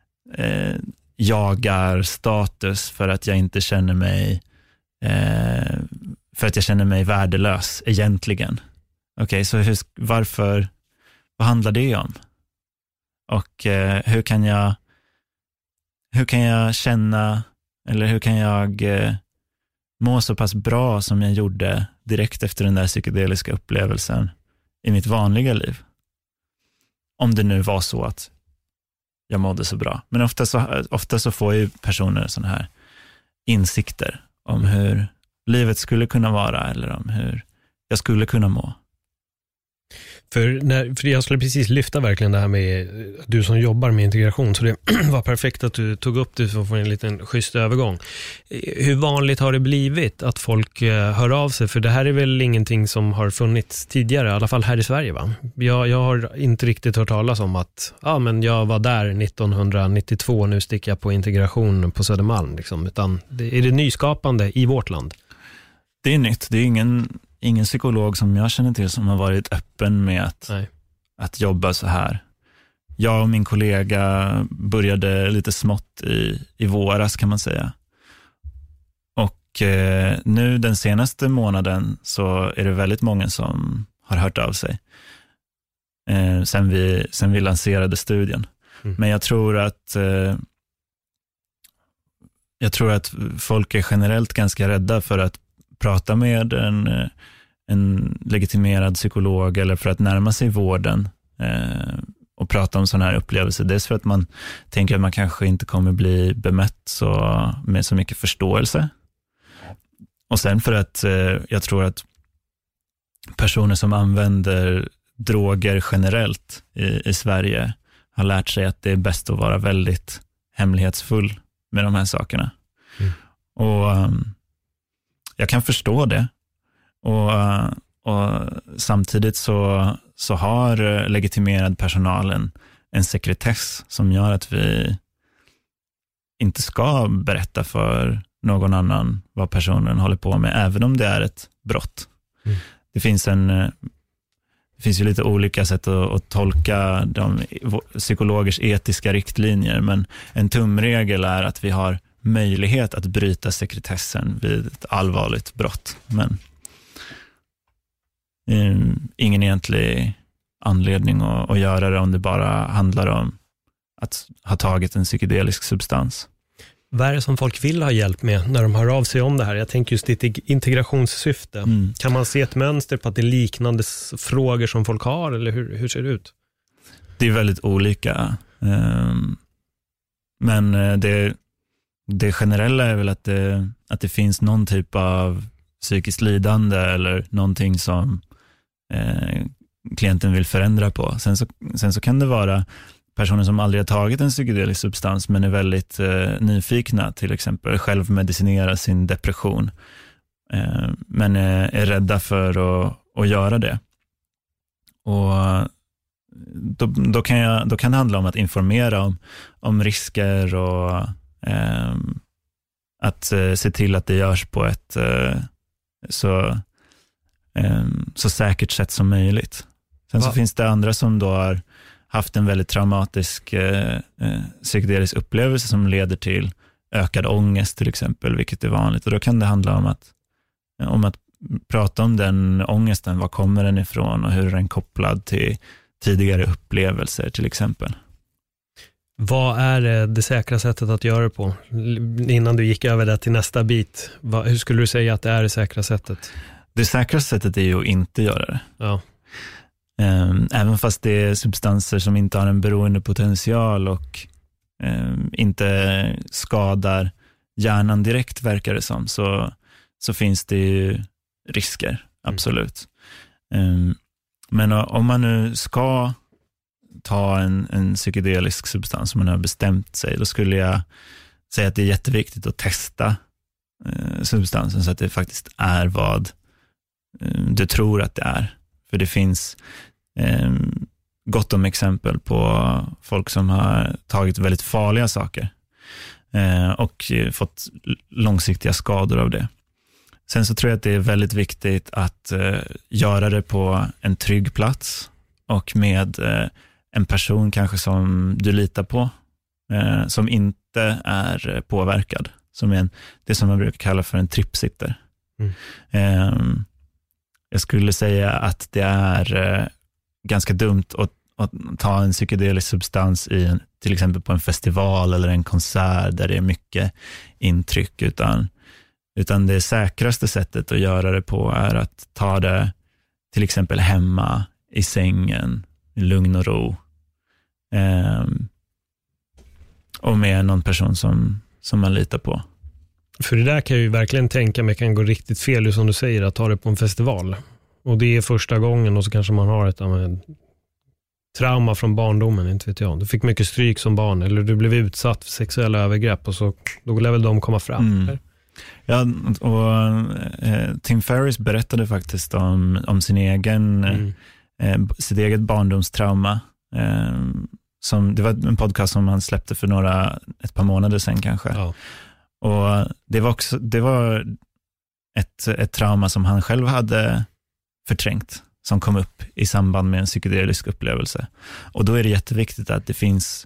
jagar status för att jag inte känner mig för att jag känner mig värdelös egentligen. Okej, så vad handlar det om? Och hur kan jag känna, eller hur kan jag må så pass bra som jag gjorde direkt efter den där psykedeliska upplevelsen i mitt vanliga liv? Om det nu var så att jag mådde så bra. Men ofta så får ju personer sådana här insikter om hur livet skulle kunna vara, eller om hur jag skulle kunna må. För jag skulle precis lyfta verkligen det här med du som jobbar med integration, så det var perfekt att du tog upp det för att få en liten schysst övergång. Hur vanligt har det blivit att folk hör av sig? För det här är väl ingenting som har funnits tidigare, i alla fall här i Sverige, va? Jag har inte riktigt hört talas om att men jag var där 1992 och nu sticker jag på integration på Södermalm. Liksom. Utan är det nyskapande i vårt land? Det är nytt. Det är ingen psykolog som jag känner till som har varit öppen med att jobba så här. Jag och min kollega började lite smått i våras, kan man säga. Och nu den senaste månaden så är det väldigt många som har hört av sig sen vi lanserade studien. Men jag tror att folk är generellt ganska rädda för att prata med en legitimerad psykolog, eller för att närma sig vården och prata om sådana här upplevelser. Dels för att man tänker att man kanske inte kommer bli bemött med så mycket förståelse. Och sen för att jag tror att personer som använder droger generellt i Sverige har lärt sig att det är bäst att vara väldigt hemlighetsfull med de här sakerna. Och jag kan förstå det. Och samtidigt så har legitimerad personalen en sekretess som gör att vi inte ska berätta för någon annan vad personen håller på med, även om det är ett brott. Det finns ju lite olika sätt att tolka de psykologers etiska riktlinjer, men en tumregel är att vi har möjlighet att bryta sekretessen vid ett allvarligt brott, men ingen egentlig anledning att göra det om det bara handlar om att ha tagit en psykedelisk substans. Vad är det som folk vill ha hjälp med när de hör av sig om det här? Jag tänker just ditt integrationssyfte. Kan man se ett mönster på att det är liknande frågor som folk har, eller hur ser det ut? Det är väldigt olika. Men det generella är väl att det finns någon typ av psykiskt lidande eller någonting som klienten vill förändra på. Sen så kan det vara personer som aldrig har tagit en psykedelisk substans men är väldigt nyfikna, till exempel självmedicinera sin depression, men är rädda för att göra det. Och då kan det handla om att informera om risker och att se till att det görs på ett så säkert sätt som möjligt. Sen så finns det andra som då har haft en väldigt traumatisk psykedelisk upplevelse som leder till ökad ångest, till exempel, vilket är vanligt. Och då kan det handla om att prata om den ångesten, var kommer den ifrån och hur är den kopplad till tidigare upplevelser, till exempel. Vad är det säkra sättet att göra det på? Innan du gick över det till nästa bit, hur skulle du säga att det är det säkra sättet? Det säkra sättet är ju att inte göra det. Ja. Även fast det är substanser som inte har en beroendepotential och inte skadar hjärnan direkt, verkar det som, så finns det ju risker, absolut. Men om man nu ska ta en psykedelisk substans som man har bestämt sig, då skulle jag säga att det är jätteviktigt att testa substansen så att det faktiskt är vad du tror att det är. För det finns gott om exempel på folk som har tagit väldigt farliga saker och fått långsiktiga skador av det. Sen så tror jag att det är väldigt viktigt att göra det på en trygg plats och med en person kanske som du litar på, som inte är påverkad, som är det som man brukar kalla för en tripsitter. Jag skulle säga att det är ganska dumt att ta en psykedelisk substans till exempel på en festival eller en konsert där det är mycket intryck, utan det säkraste sättet att göra det på är att ta det till exempel hemma i sängen, i lugn och ro, och med någon person som man litar på. För det där kan jag ju verkligen tänka mig kan gå riktigt fel, som du säger, att ta det på en festival. Och det är första gången, och så kanske man har ett trauma från barndomen, inte vet jag. Du fick mycket stryk som barn, eller du blev utsatt för sexuella övergrepp, och så då lär väl de komma fram. Ja, och Tim Ferriss berättade faktiskt om sin sitt eget barndomstrauma. Det var en podcast som han släppte för ett par månader sedan kanske. Ja. Och det var ett trauma som han själv hade förträngt, som kom upp i samband med en psykedelisk upplevelse. Och då är det jätteviktigt att det finns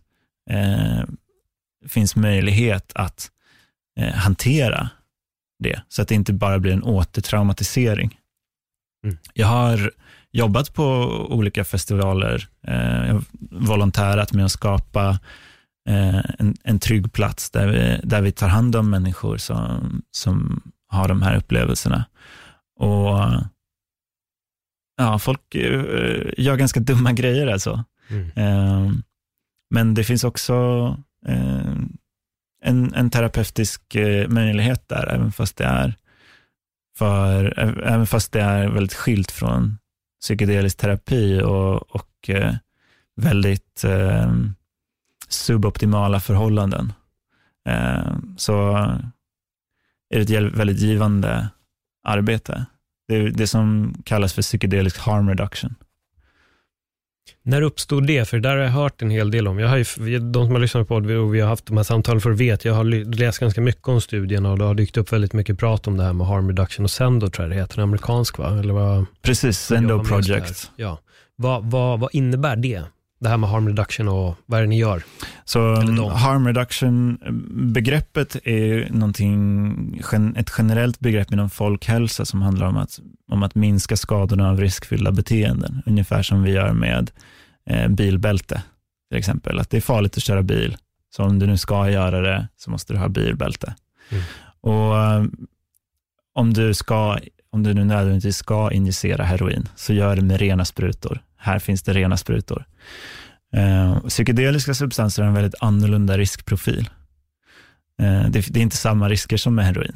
möjlighet att hantera det, så att det inte bara blir en återtraumatisering. Jag har jobbat på olika festivaler, jag har volontärat med att skapa en trygg plats där vi tar hand om människor som har de här upplevelserna. Och ja, folk gör ganska dumma grejer alltså. Men det finns också en terapeutisk möjlighet där, även fast det är väldigt skilt från psykedelisk terapi och väldigt suboptimala förhållanden. Så är det ett väldigt givande arbete. Det är det som kallas för psykedelisk harm reduction. När uppstod det? För där har jag hört en hel del om. De som har lyssnat på det, och vi har haft de här samtalen för att veta. Jag har läst ganska mycket om studierna, och det har dykt upp väldigt mycket prat om det här med harm reduction och Zendo, tror jag det heter, amerikansk, va? Eller vad? Precis, Zendo Project. Ja. Vad innebär det? Det här med harm reduction, och vad är det ni gör? Så harm reduction-begreppet är ett generellt begrepp inom folkhälsa som handlar om att minska skadorna av riskfyllda beteenden. Ungefär som vi gör med bilbälte till exempel. Att det är farligt att köra bil. Så om du nu ska göra det så måste du ha bilbälte. Och om du nu nödvändigtvis ska injicera heroin, så gör det med rena sprutor. Här finns det rena sprutor. Psykedeliska substanser har en väldigt annorlunda riskprofil. Det är inte samma risker som med heroin.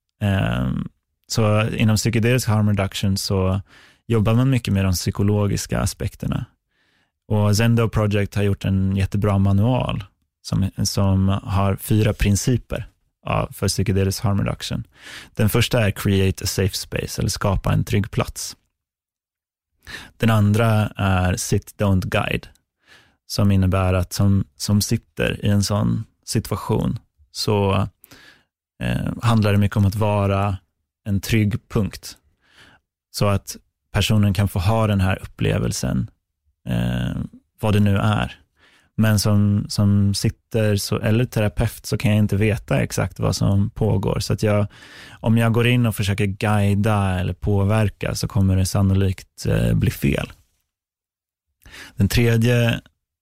Så inom psykedelisk harm reduction så jobbar man mycket med de psykologiska aspekterna. Och Zendo Project har gjort en jättebra manual som har 4 principer för psykedelisk harm reduction. Den första är create a safe space, eller skapa en trygg plats. Den andra är sit don't guide, som innebär att som sitter i en sån situation så handlar det mycket om att vara en trygg punkt, så att personen kan få ha den här upplevelsen, vad det nu är. Men som sitter eller terapeut så kan jag inte veta exakt vad som pågår. Så att om jag går in och försöker guida eller påverka, så kommer det sannolikt bli fel. Den tredje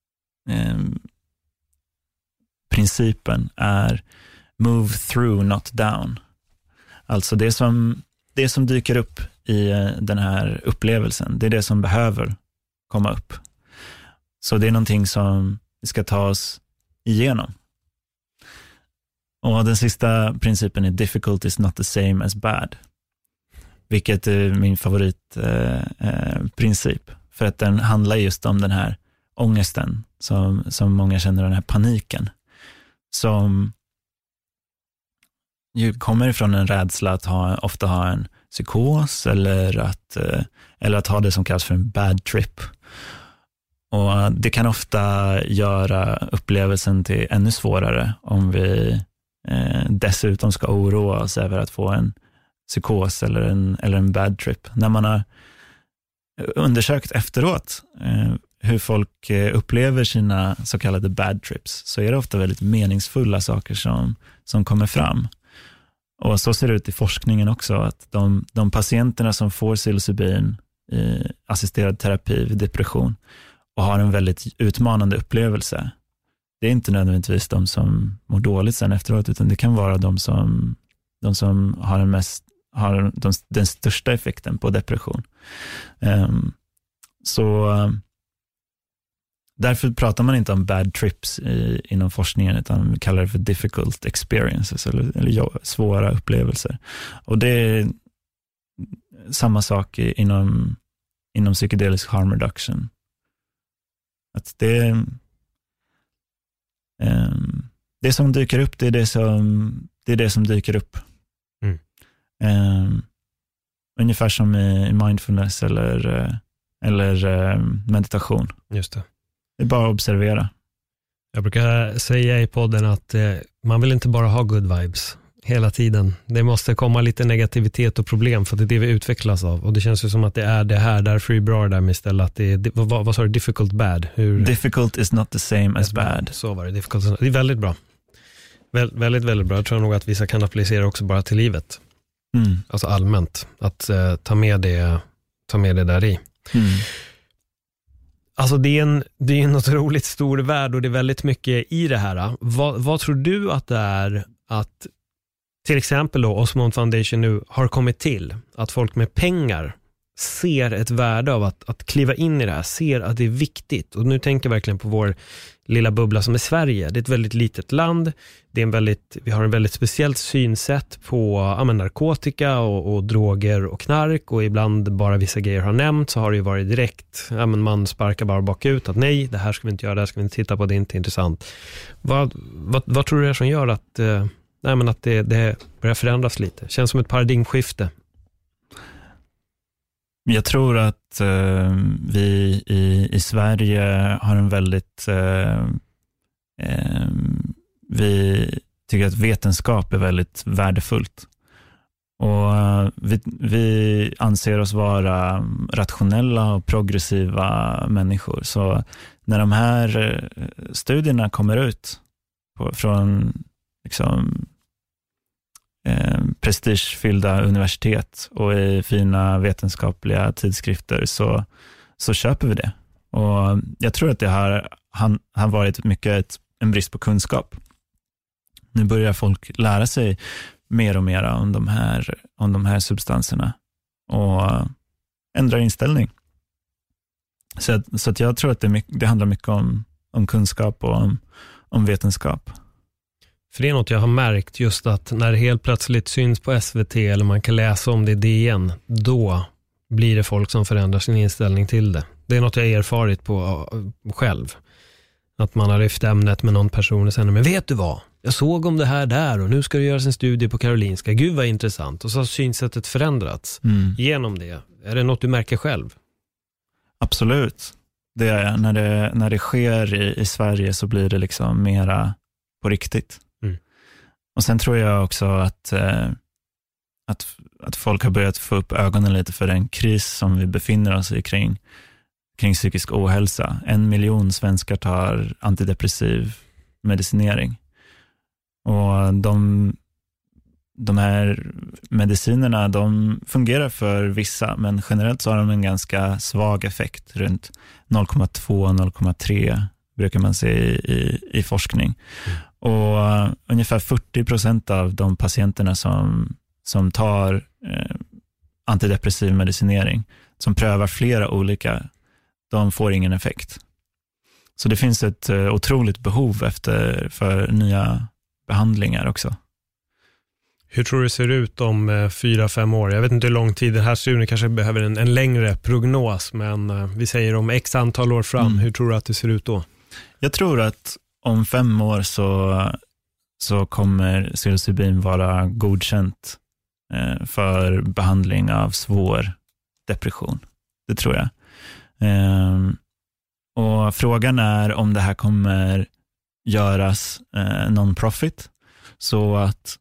principen är move through, not down. Alltså det som dyker upp i den här upplevelsen, det är det som behöver komma upp. Så det är någonting som vi ska ta oss igenom. Och den sista principen är difficult is not the same as bad. Vilket är min favoritprincip. För att den handlar just om den här ångesten som många känner, den här paniken. Som ju kommer ifrån en rädsla att ofta ha en psykos eller att ha det som kallas för en bad trip. Och det kan ofta göra upplevelsen till ännu svårare om vi dessutom ska oroa oss över att få en psykos eller en bad trip. När man har undersökt efteråt hur folk upplever sina så kallade bad trips, så är det ofta väldigt meningsfulla saker som kommer fram. Och så ser det ut i forskningen också, att de patienterna som får psilocybin i assisterad terapi vid depression och har en väldigt utmanande upplevelse, det är inte nödvändigtvis de som mår dåligt sen efteråt, utan det kan vara de som har den största effekten på depression. Så därför pratar man inte om bad trips inom forskningen, utan vi kallar det för difficult experiences eller svåra upplevelser. Och det är samma sak inom psykedelisk harm reduction. Att det som dyker upp, det är det som dyker upp. Ungefär som i mindfulness eller meditation. Just det. Det är bara att observera. Jag brukar säga i podden att man vill inte bara ha good vibes hela tiden. Det måste komma lite negativitet och problem, för att det är det vi utvecklas av. Och det känns ju som att det är det här, därför är det bra där med istället att det är, vad sa du, difficult bad? Difficult is not the same as bad. Så var det, difficult. Det är väldigt bra. Väldigt, väldigt bra. Jag tror nog att vissa kan applicera också bara till livet. Alltså allmänt. Att ta med det där i. Alltså det är en otroligt stor värld, och det är väldigt mycket i det här. Vad tror du att det är att till exempel då Osmond Foundation nu har kommit till? Att folk med pengar ser ett värde av att kliva in i det här, ser att det är viktigt. Och nu tänker jag verkligen på vår lilla bubbla som är Sverige. Det är ett väldigt litet land. Vi har en väldigt speciellt synsätt på narkotika och droger och knark, och ibland bara vissa grejer har nämnt, så har det ju varit direkt, man sparkar bara bakut att nej, det här ska vi inte göra, det här ska vi inte titta på, det är inte intressant. Vad tror du det är som gör att det börjar förändras lite? Känns som ett paradigmskifte. Jag tror att vi i Sverige har en väldigt vi tycker att vetenskap är väldigt värdefullt, och vi anser oss vara rationella och progressiva människor. Så när de här studierna kommer ut från liksom prestigefyllda universitet och i fina vetenskapliga tidskrifter, så köper vi det. Och jag tror att det har varit mycket en brist på kunskap. Nu börjar folk lära sig mer och mer om de här substanserna och ändrar inställning. Så att jag tror att det handlar mycket om kunskap och om vetenskap. För det är något jag har märkt, just att när det helt plötsligt syns på SVT eller man kan läsa om det i DN, då blir det folk som förändrar sin inställning till det. Det är något jag har erfarit på själv. Att man har lyft ämnet med någon person och säger, men vet du vad? Jag såg om det här där, och nu ska det göras en studie på Karolinska. Gud vad intressant. Och så har synsättet förändrats genom det. Är det något du märker själv? Absolut. Det är när det sker i Sverige, så blir det liksom mera på riktigt. Och sen tror jag också att folk har börjat få upp ögonen lite för den kris som vi befinner oss i kring psykisk ohälsa. 1 miljon svenskar tar antidepressiv medicinering. Och de här medicinerna, de fungerar för vissa, men generellt så har de en ganska svag effekt. Runt 0,2-0,3 brukar man se i forskning. Och ungefär 40% av de patienterna som tar antidepressiv medicinering, som prövar flera olika de får ingen effekt. Så det finns ett otroligt behov för nya behandlingar också. Hur tror du det ser ut om 4-5 år? Jag vet inte hur lång tid den här studien kanske behöver en längre prognos, men vi säger om x antal år fram. Hur tror du att det ser ut då? Jag tror att om 5 år så kommer psilocybin vara godkänt för behandling av svår depression. Det tror jag. Och frågan är om det här kommer göras non-profit så att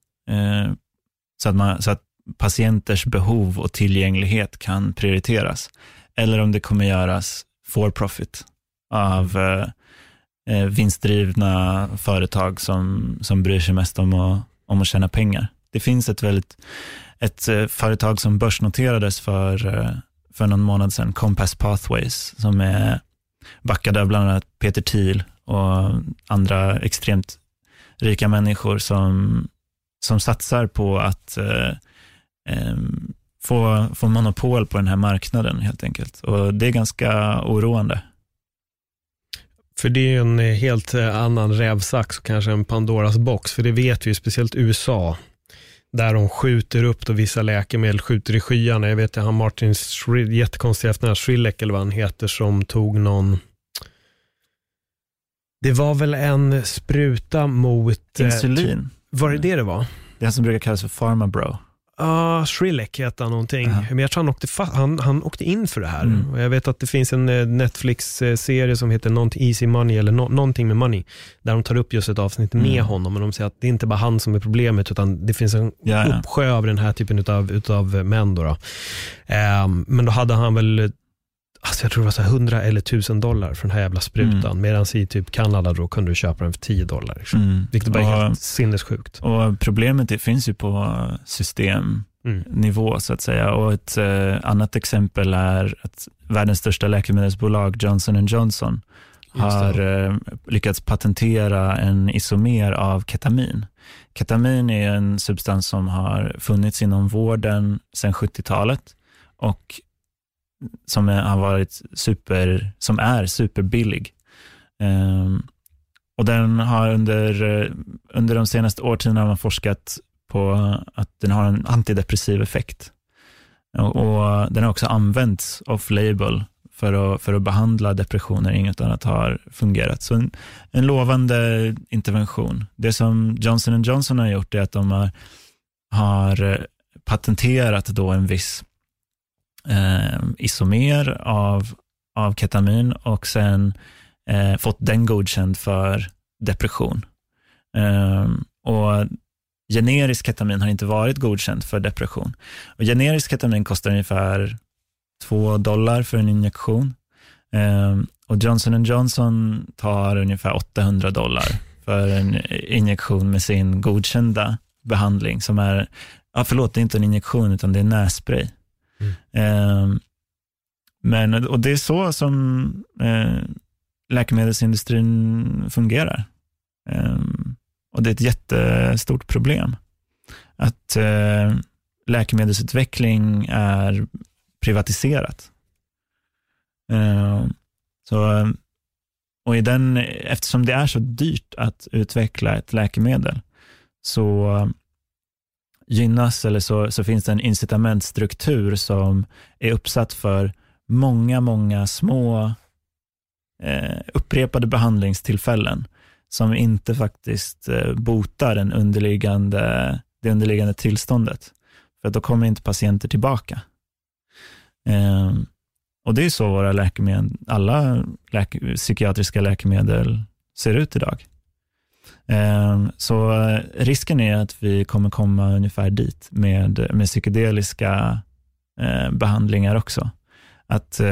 patienters behov och tillgänglighet kan prioriteras, eller om det kommer göras for profit av vinstdrivna företag som bryr sig mest om att tjäna pengar. Det finns ett företag som börsnoterades för någon månad sedan, Compass Pathways, som är backade av bland annat Peter Thiel och andra extremt rika människor som satsar på att få monopol på den här marknaden helt enkelt. Och det är ganska oroande. För det är en helt annan rävsax, kanske en Pandoras box, för det vet vi ju, speciellt USA, där de skjuter upp då vissa läkemedel, skjuter i skyarna. Jag vet att han Martin jättekonstiga efternamn, Shrilek eller vad han heter, som tog någon, det var väl en spruta mot insulin. Var det var? Det som brukar kallas för Pharma Bro. Shrilek heter han någonting. Men jag tror han åkte in för det här. Och jag vet att det finns en Netflix-serie som heter någonting Easy Money eller någonting med Money, där de tar upp just ett avsnitt med honom, men de säger att det är inte bara han som är problemet, utan det finns en uppsjö av den här typen utav män då. Men då hade han väl, alltså jag tror det var så $100 eller $1,000 för den här jävla sprutan, medan i typ Kanada då kunde du köpa den för $10 liksom. Vilket bara är helt sinnessjukt. Och problemet det finns ju på systemnivå så att säga. Och ett annat exempel är att världens största läkemedelsbolag Johnson & Johnson har lyckats patentera en isomer av ketamin. Ketamin är en substans som har funnits inom vården sedan 70-talet och som är superbillig. Och den har under de senaste årtiondena har man forskat på att den har en antidepressiv effekt. Och den har också använts off-label för att behandla depressioner. Inget annat har fungerat. Så en lovande intervention. Det som Johnson & Johnson har gjort är att de har patenterat då en viss isomer av ketamin och sen fått den godkänd för depression. Och generisk ketamin har inte varit godkänd för depression. Och generisk ketamin kostar ungefär $2 för en injektion. Och Johnson & Johnson tar ungefär $800 för en injektion med sin godkända behandling som är, det är inte en injektion utan det är nässpray. Och det är så som läkemedelsindustrin fungerar. Och det är ett jättestort problem att läkemedelsutveckling är privatiserat. Och eftersom det är så dyrt att utveckla ett läkemedel så gynnas så finns det en incitamentstruktur som är uppsatt för många små upprepade behandlingstillfällen som inte faktiskt botar det underliggande tillståndet. För att då kommer inte patienter tillbaka. Och det är så våra alla psykiatriska läkemedel ser ut idag. Så risken är att vi kommer komma ungefär dit med psykedeliska behandlingar också. Att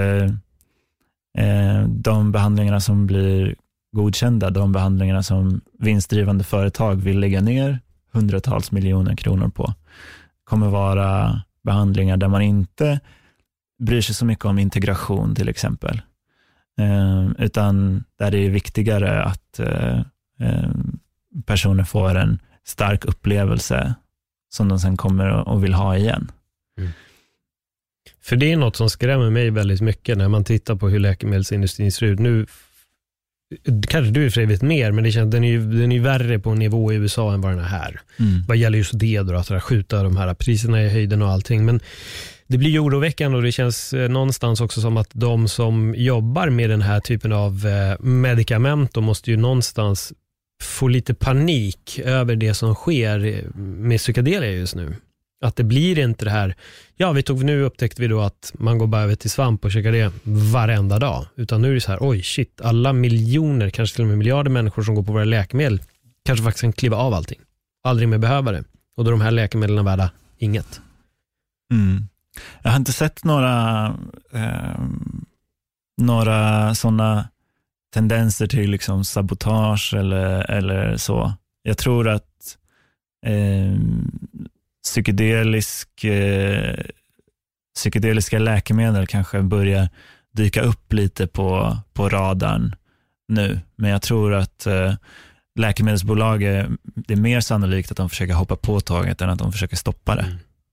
de behandlingarna som blir godkända, de behandlingarna som vinstdrivande företag vill lägga ner hundratals miljoner kronor på, kommer vara behandlingar där man inte bryr sig så mycket om integration till exempel. Utan där det är viktigare att personer får en stark upplevelse som de sen kommer och vill ha igen. För det är något som skrämmer mig väldigt mycket när man tittar på hur läkemedelsindustrin ser ut. Nu kanske du är frivilligt mer, men det känns, den är ju värre på en nivå i USA än vad den är här. Vad gäller just det då, att skjuta de här priserna i höjden och allting. Men det blir ju oroväckande och det känns någonstans också som att de som jobbar med den här typen av medikament, de måste ju någonstans få lite panik över det som sker med psykedelia just nu. Att det blir inte det här, nu upptäckte vi då att man går bara över till svamp och käkar det varenda dag. Utan nu är det så här, oj shit, alla miljoner, kanske till och med miljarder människor som går på våra läkemedel kanske faktiskt kan kliva av allting. Aldrig mer behöva det. Och då är de här läkemedlen värda inget. Jag har inte sett några sådana tendenser till liksom sabotage eller så. Jag tror att psykedeliska läkemedel kanske börjar dyka upp lite på radarn nu. Men jag tror att läkemedelsbolag det är mer sannolikt att de försöker hoppa på tåget än att de försöker stoppa det.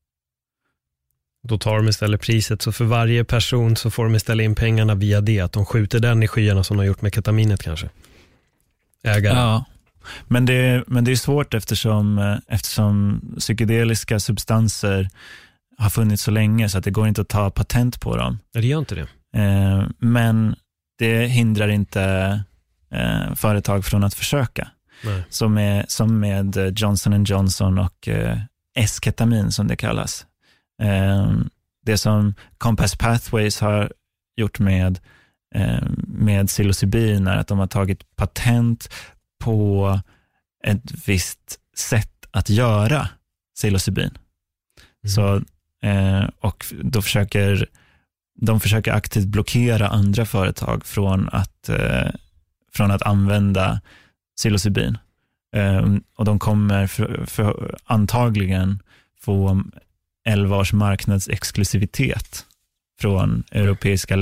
Då tar de istället priset, så för varje person så får de istället in pengarna via det, att de skjuter den i skyarna som de har gjort med ketaminet kanske. Ägare. Ja. Men det är svårt eftersom psykedeliska substanser har funnits så länge så att det går inte att ta patent på dem. Ja, det gör inte det. Men det hindrar inte företag från att försöka. Nej. Som med Johnson & Johnson och S-ketamin som det kallas. Det som Compass Pathways har gjort med psilocybin är att de har tagit patent på ett visst sätt att göra psilocybin. Så, och då försöker aktivt blockera andra företag från att använda psilocybin. Och de kommer för antagligen få 11 års marknadsexklusivitet från Europeiska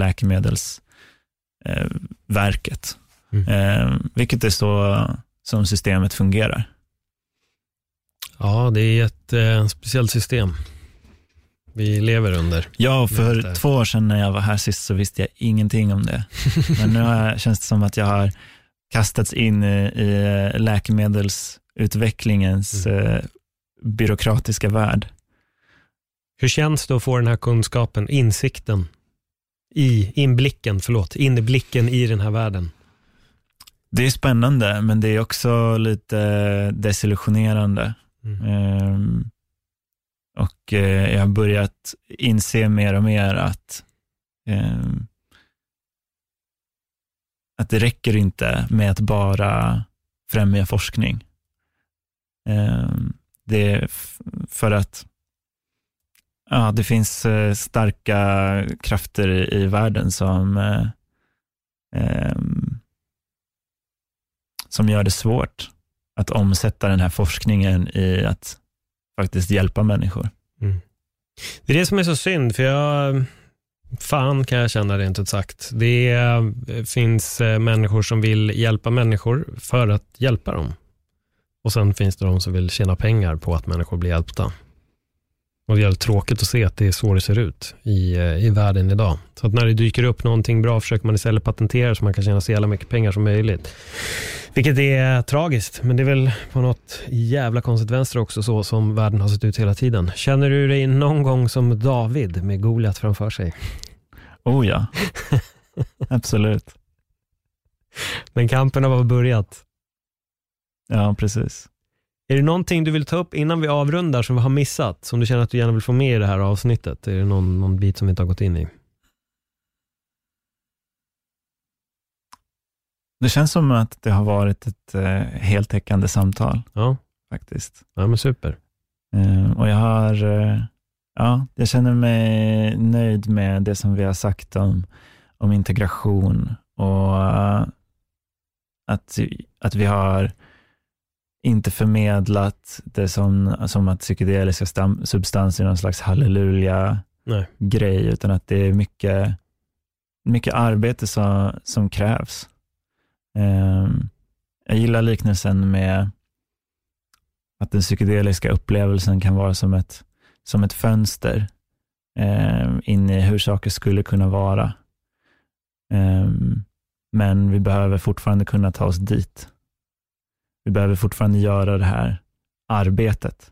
läkemedelsverket. Vilket är så som systemet fungerar. Ja, det är ett speciellt system vi lever under. Ja, för 2 år sedan när jag var här sist så visste jag ingenting om det. Men nu känns det som att jag har kastats in i läkemedelsutvecklingens byråkratiska värld. Hur känns det att få den här kunskapen, inblicken i den här världen? Det är spännande, men det är också lite desillusionerande. Och jag har börjat inse mer och mer att det räcker inte med att bara främja forskning. Det är för att det finns starka krafter i världen som gör det svårt att omsätta den här forskningen i att faktiskt hjälpa människor. Det är det som är så synd, för kan jag känna rent ut sagt. Det finns människor som vill hjälpa människor för att hjälpa dem. Och sen finns det de som vill tjäna pengar på att människor blir hjälpta. Och det är tråkigt att se att det är så det ser ut i världen idag. Så att när det dyker upp någonting bra försöker man istället patentera så man kan tjäna så jävla mycket pengar som möjligt. Vilket är tragiskt, men det är väl på något jävla konstigt vänster också, så som världen har sett ut hela tiden. Känner du dig någon gång som David med Goliat framför sig? Oh ja, absolut. Men kampen har börjat. Ja, precis. Är det någonting du vill ta upp innan vi avrundar som vi har missat, som du känner att du gärna vill få med i det här avsnittet? Är det någon bit som vi inte har gått in i? Det känns som att det har varit ett heltäckande samtal. Ja. Faktiskt. Ja, men super. Och jag känner mig nöjd med det som vi har sagt om integration och att vi har inte förmedlat det som att psykedeliska substanser är någon slags halleluja-grej, utan att det är mycket arbete som krävs. Jag gillar liknelsen med att den psykedeliska upplevelsen kan vara som ett fönster in i hur saker skulle kunna vara. Men vi behöver fortfarande kunna ta oss dit. Vi behöver fortfarande göra det här arbetet.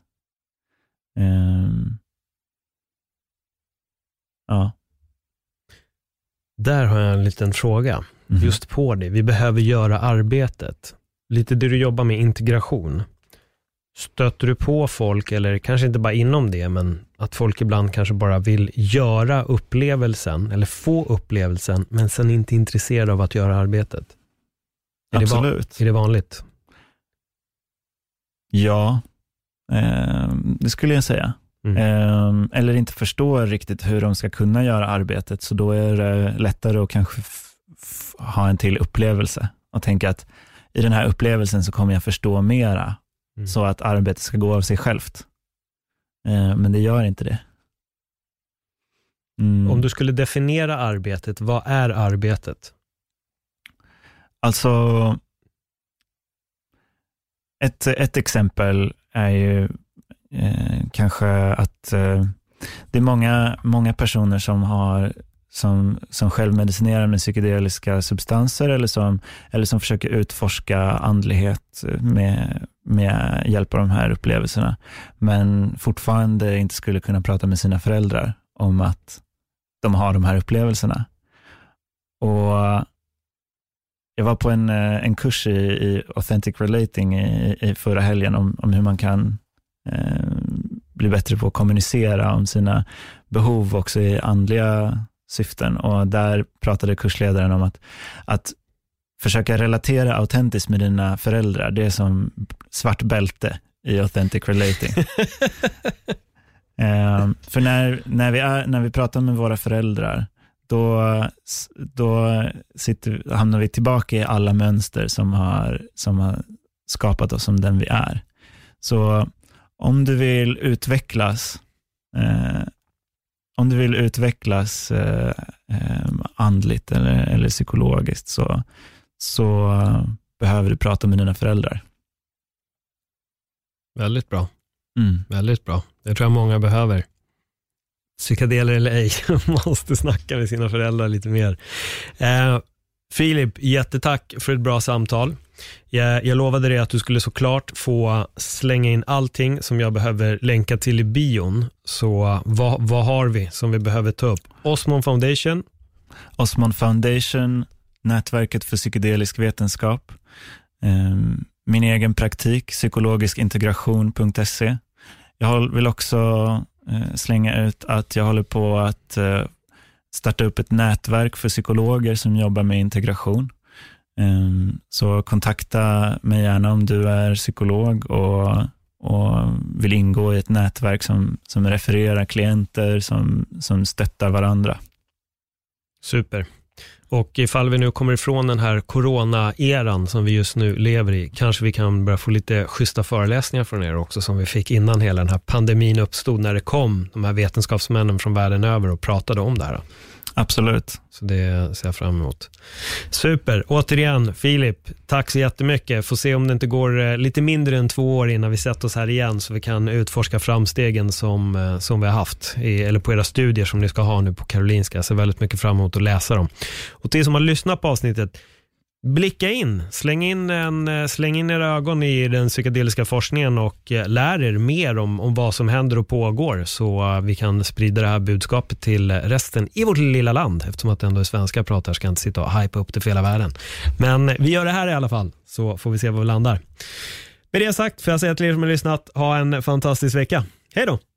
Ja. Där har jag en liten fråga. Just på det. Vi behöver göra arbetet. Lite det du jobbar med, integration. Stöter du på folk, eller kanske inte bara inom det, men att folk ibland kanske bara vill göra upplevelsen eller få upplevelsen, men sen inte är intresserade av att göra arbetet? Absolut. Är det vanligt? Ja, det skulle jag säga. Eller inte förstår riktigt hur de ska kunna göra arbetet, så då är det lättare att kanske ha en till upplevelse och tänka att i den här upplevelsen så kommer jag förstå mera, så att arbetet ska gå av sig självt. Men det gör inte det. Om du skulle definiera arbetet, vad är arbetet? Alltså ett exempel är ju kanske att det är många personer som självmedicinerar med psykedeliska substanser eller som försöker utforska andlighet med hjälp av de här upplevelserna, men fortfarande inte skulle kunna prata med sina föräldrar om att de har de här upplevelserna. Och jag var på en kurs i Authentic Relating i förra helgen om hur man kan bli bättre på att kommunicera om sina behov också i andliga syften. Och där pratade kursledaren om att försöka relatera autentiskt med dina föräldrar. Det är som svart bälte i Authentic Relating. För när vi pratar med våra föräldrar, då hamnar vi tillbaka i alla mönster som har skapat oss som den vi är. Så om du vill utvecklas andligt eller psykologiskt, så behöver du prata med dina föräldrar. Väldigt bra. Väldigt bra. Det tror jag många behöver. Psykedeler eller ej, måste snacka med sina föräldrar lite mer. Filip, jättetack för ett bra samtal. Jag lovade dig att du skulle såklart få slänga in allting som jag behöver länka till i bion. Så vad har vi som vi behöver ta upp? Osmond Foundation, nätverket för psykedelisk vetenskap, min egen praktik, psykologiskintegration.se. Jag vill också slänga ut att jag håller på att starta upp ett nätverk för psykologer som jobbar med integration. Så kontakta mig gärna om du är psykolog och vill ingå i ett nätverk som refererar klienter som stöttar varandra. Super. Och ifall vi nu kommer ifrån den här corona-eran som vi just nu lever i, kanske vi kan börja få lite schyssta föreläsningar från er också, som vi fick innan hela den här pandemin uppstod, när det kom de här vetenskapsmännen från världen över och pratade om det här. Absolut. Så det ser jag fram emot. Super. Återigen, Filip, tack så jättemycket. Får se om det inte går lite mindre än 2 år innan vi sätter oss här igen, så vi kan utforska framstegen som vi har haft eller på era studier som ni ska ha nu på Karolinska. Jag ser väldigt mycket fram emot att läsa dem. Och till som har lyssnat på avsnittet, blicka in, släng in era ögon i den psykedeliska forskningen och lär er mer om vad som händer och pågår, så vi kan sprida det här budskapet till resten i vårt lilla land, eftersom att det ändå är svenska pratar, ska inte sitta och hypa upp det för hela världen. Men vi gör det här i alla fall, så får vi se var vi landar. Med det sagt får jag säga till er som har lyssnat, ha en fantastisk vecka. Hej då!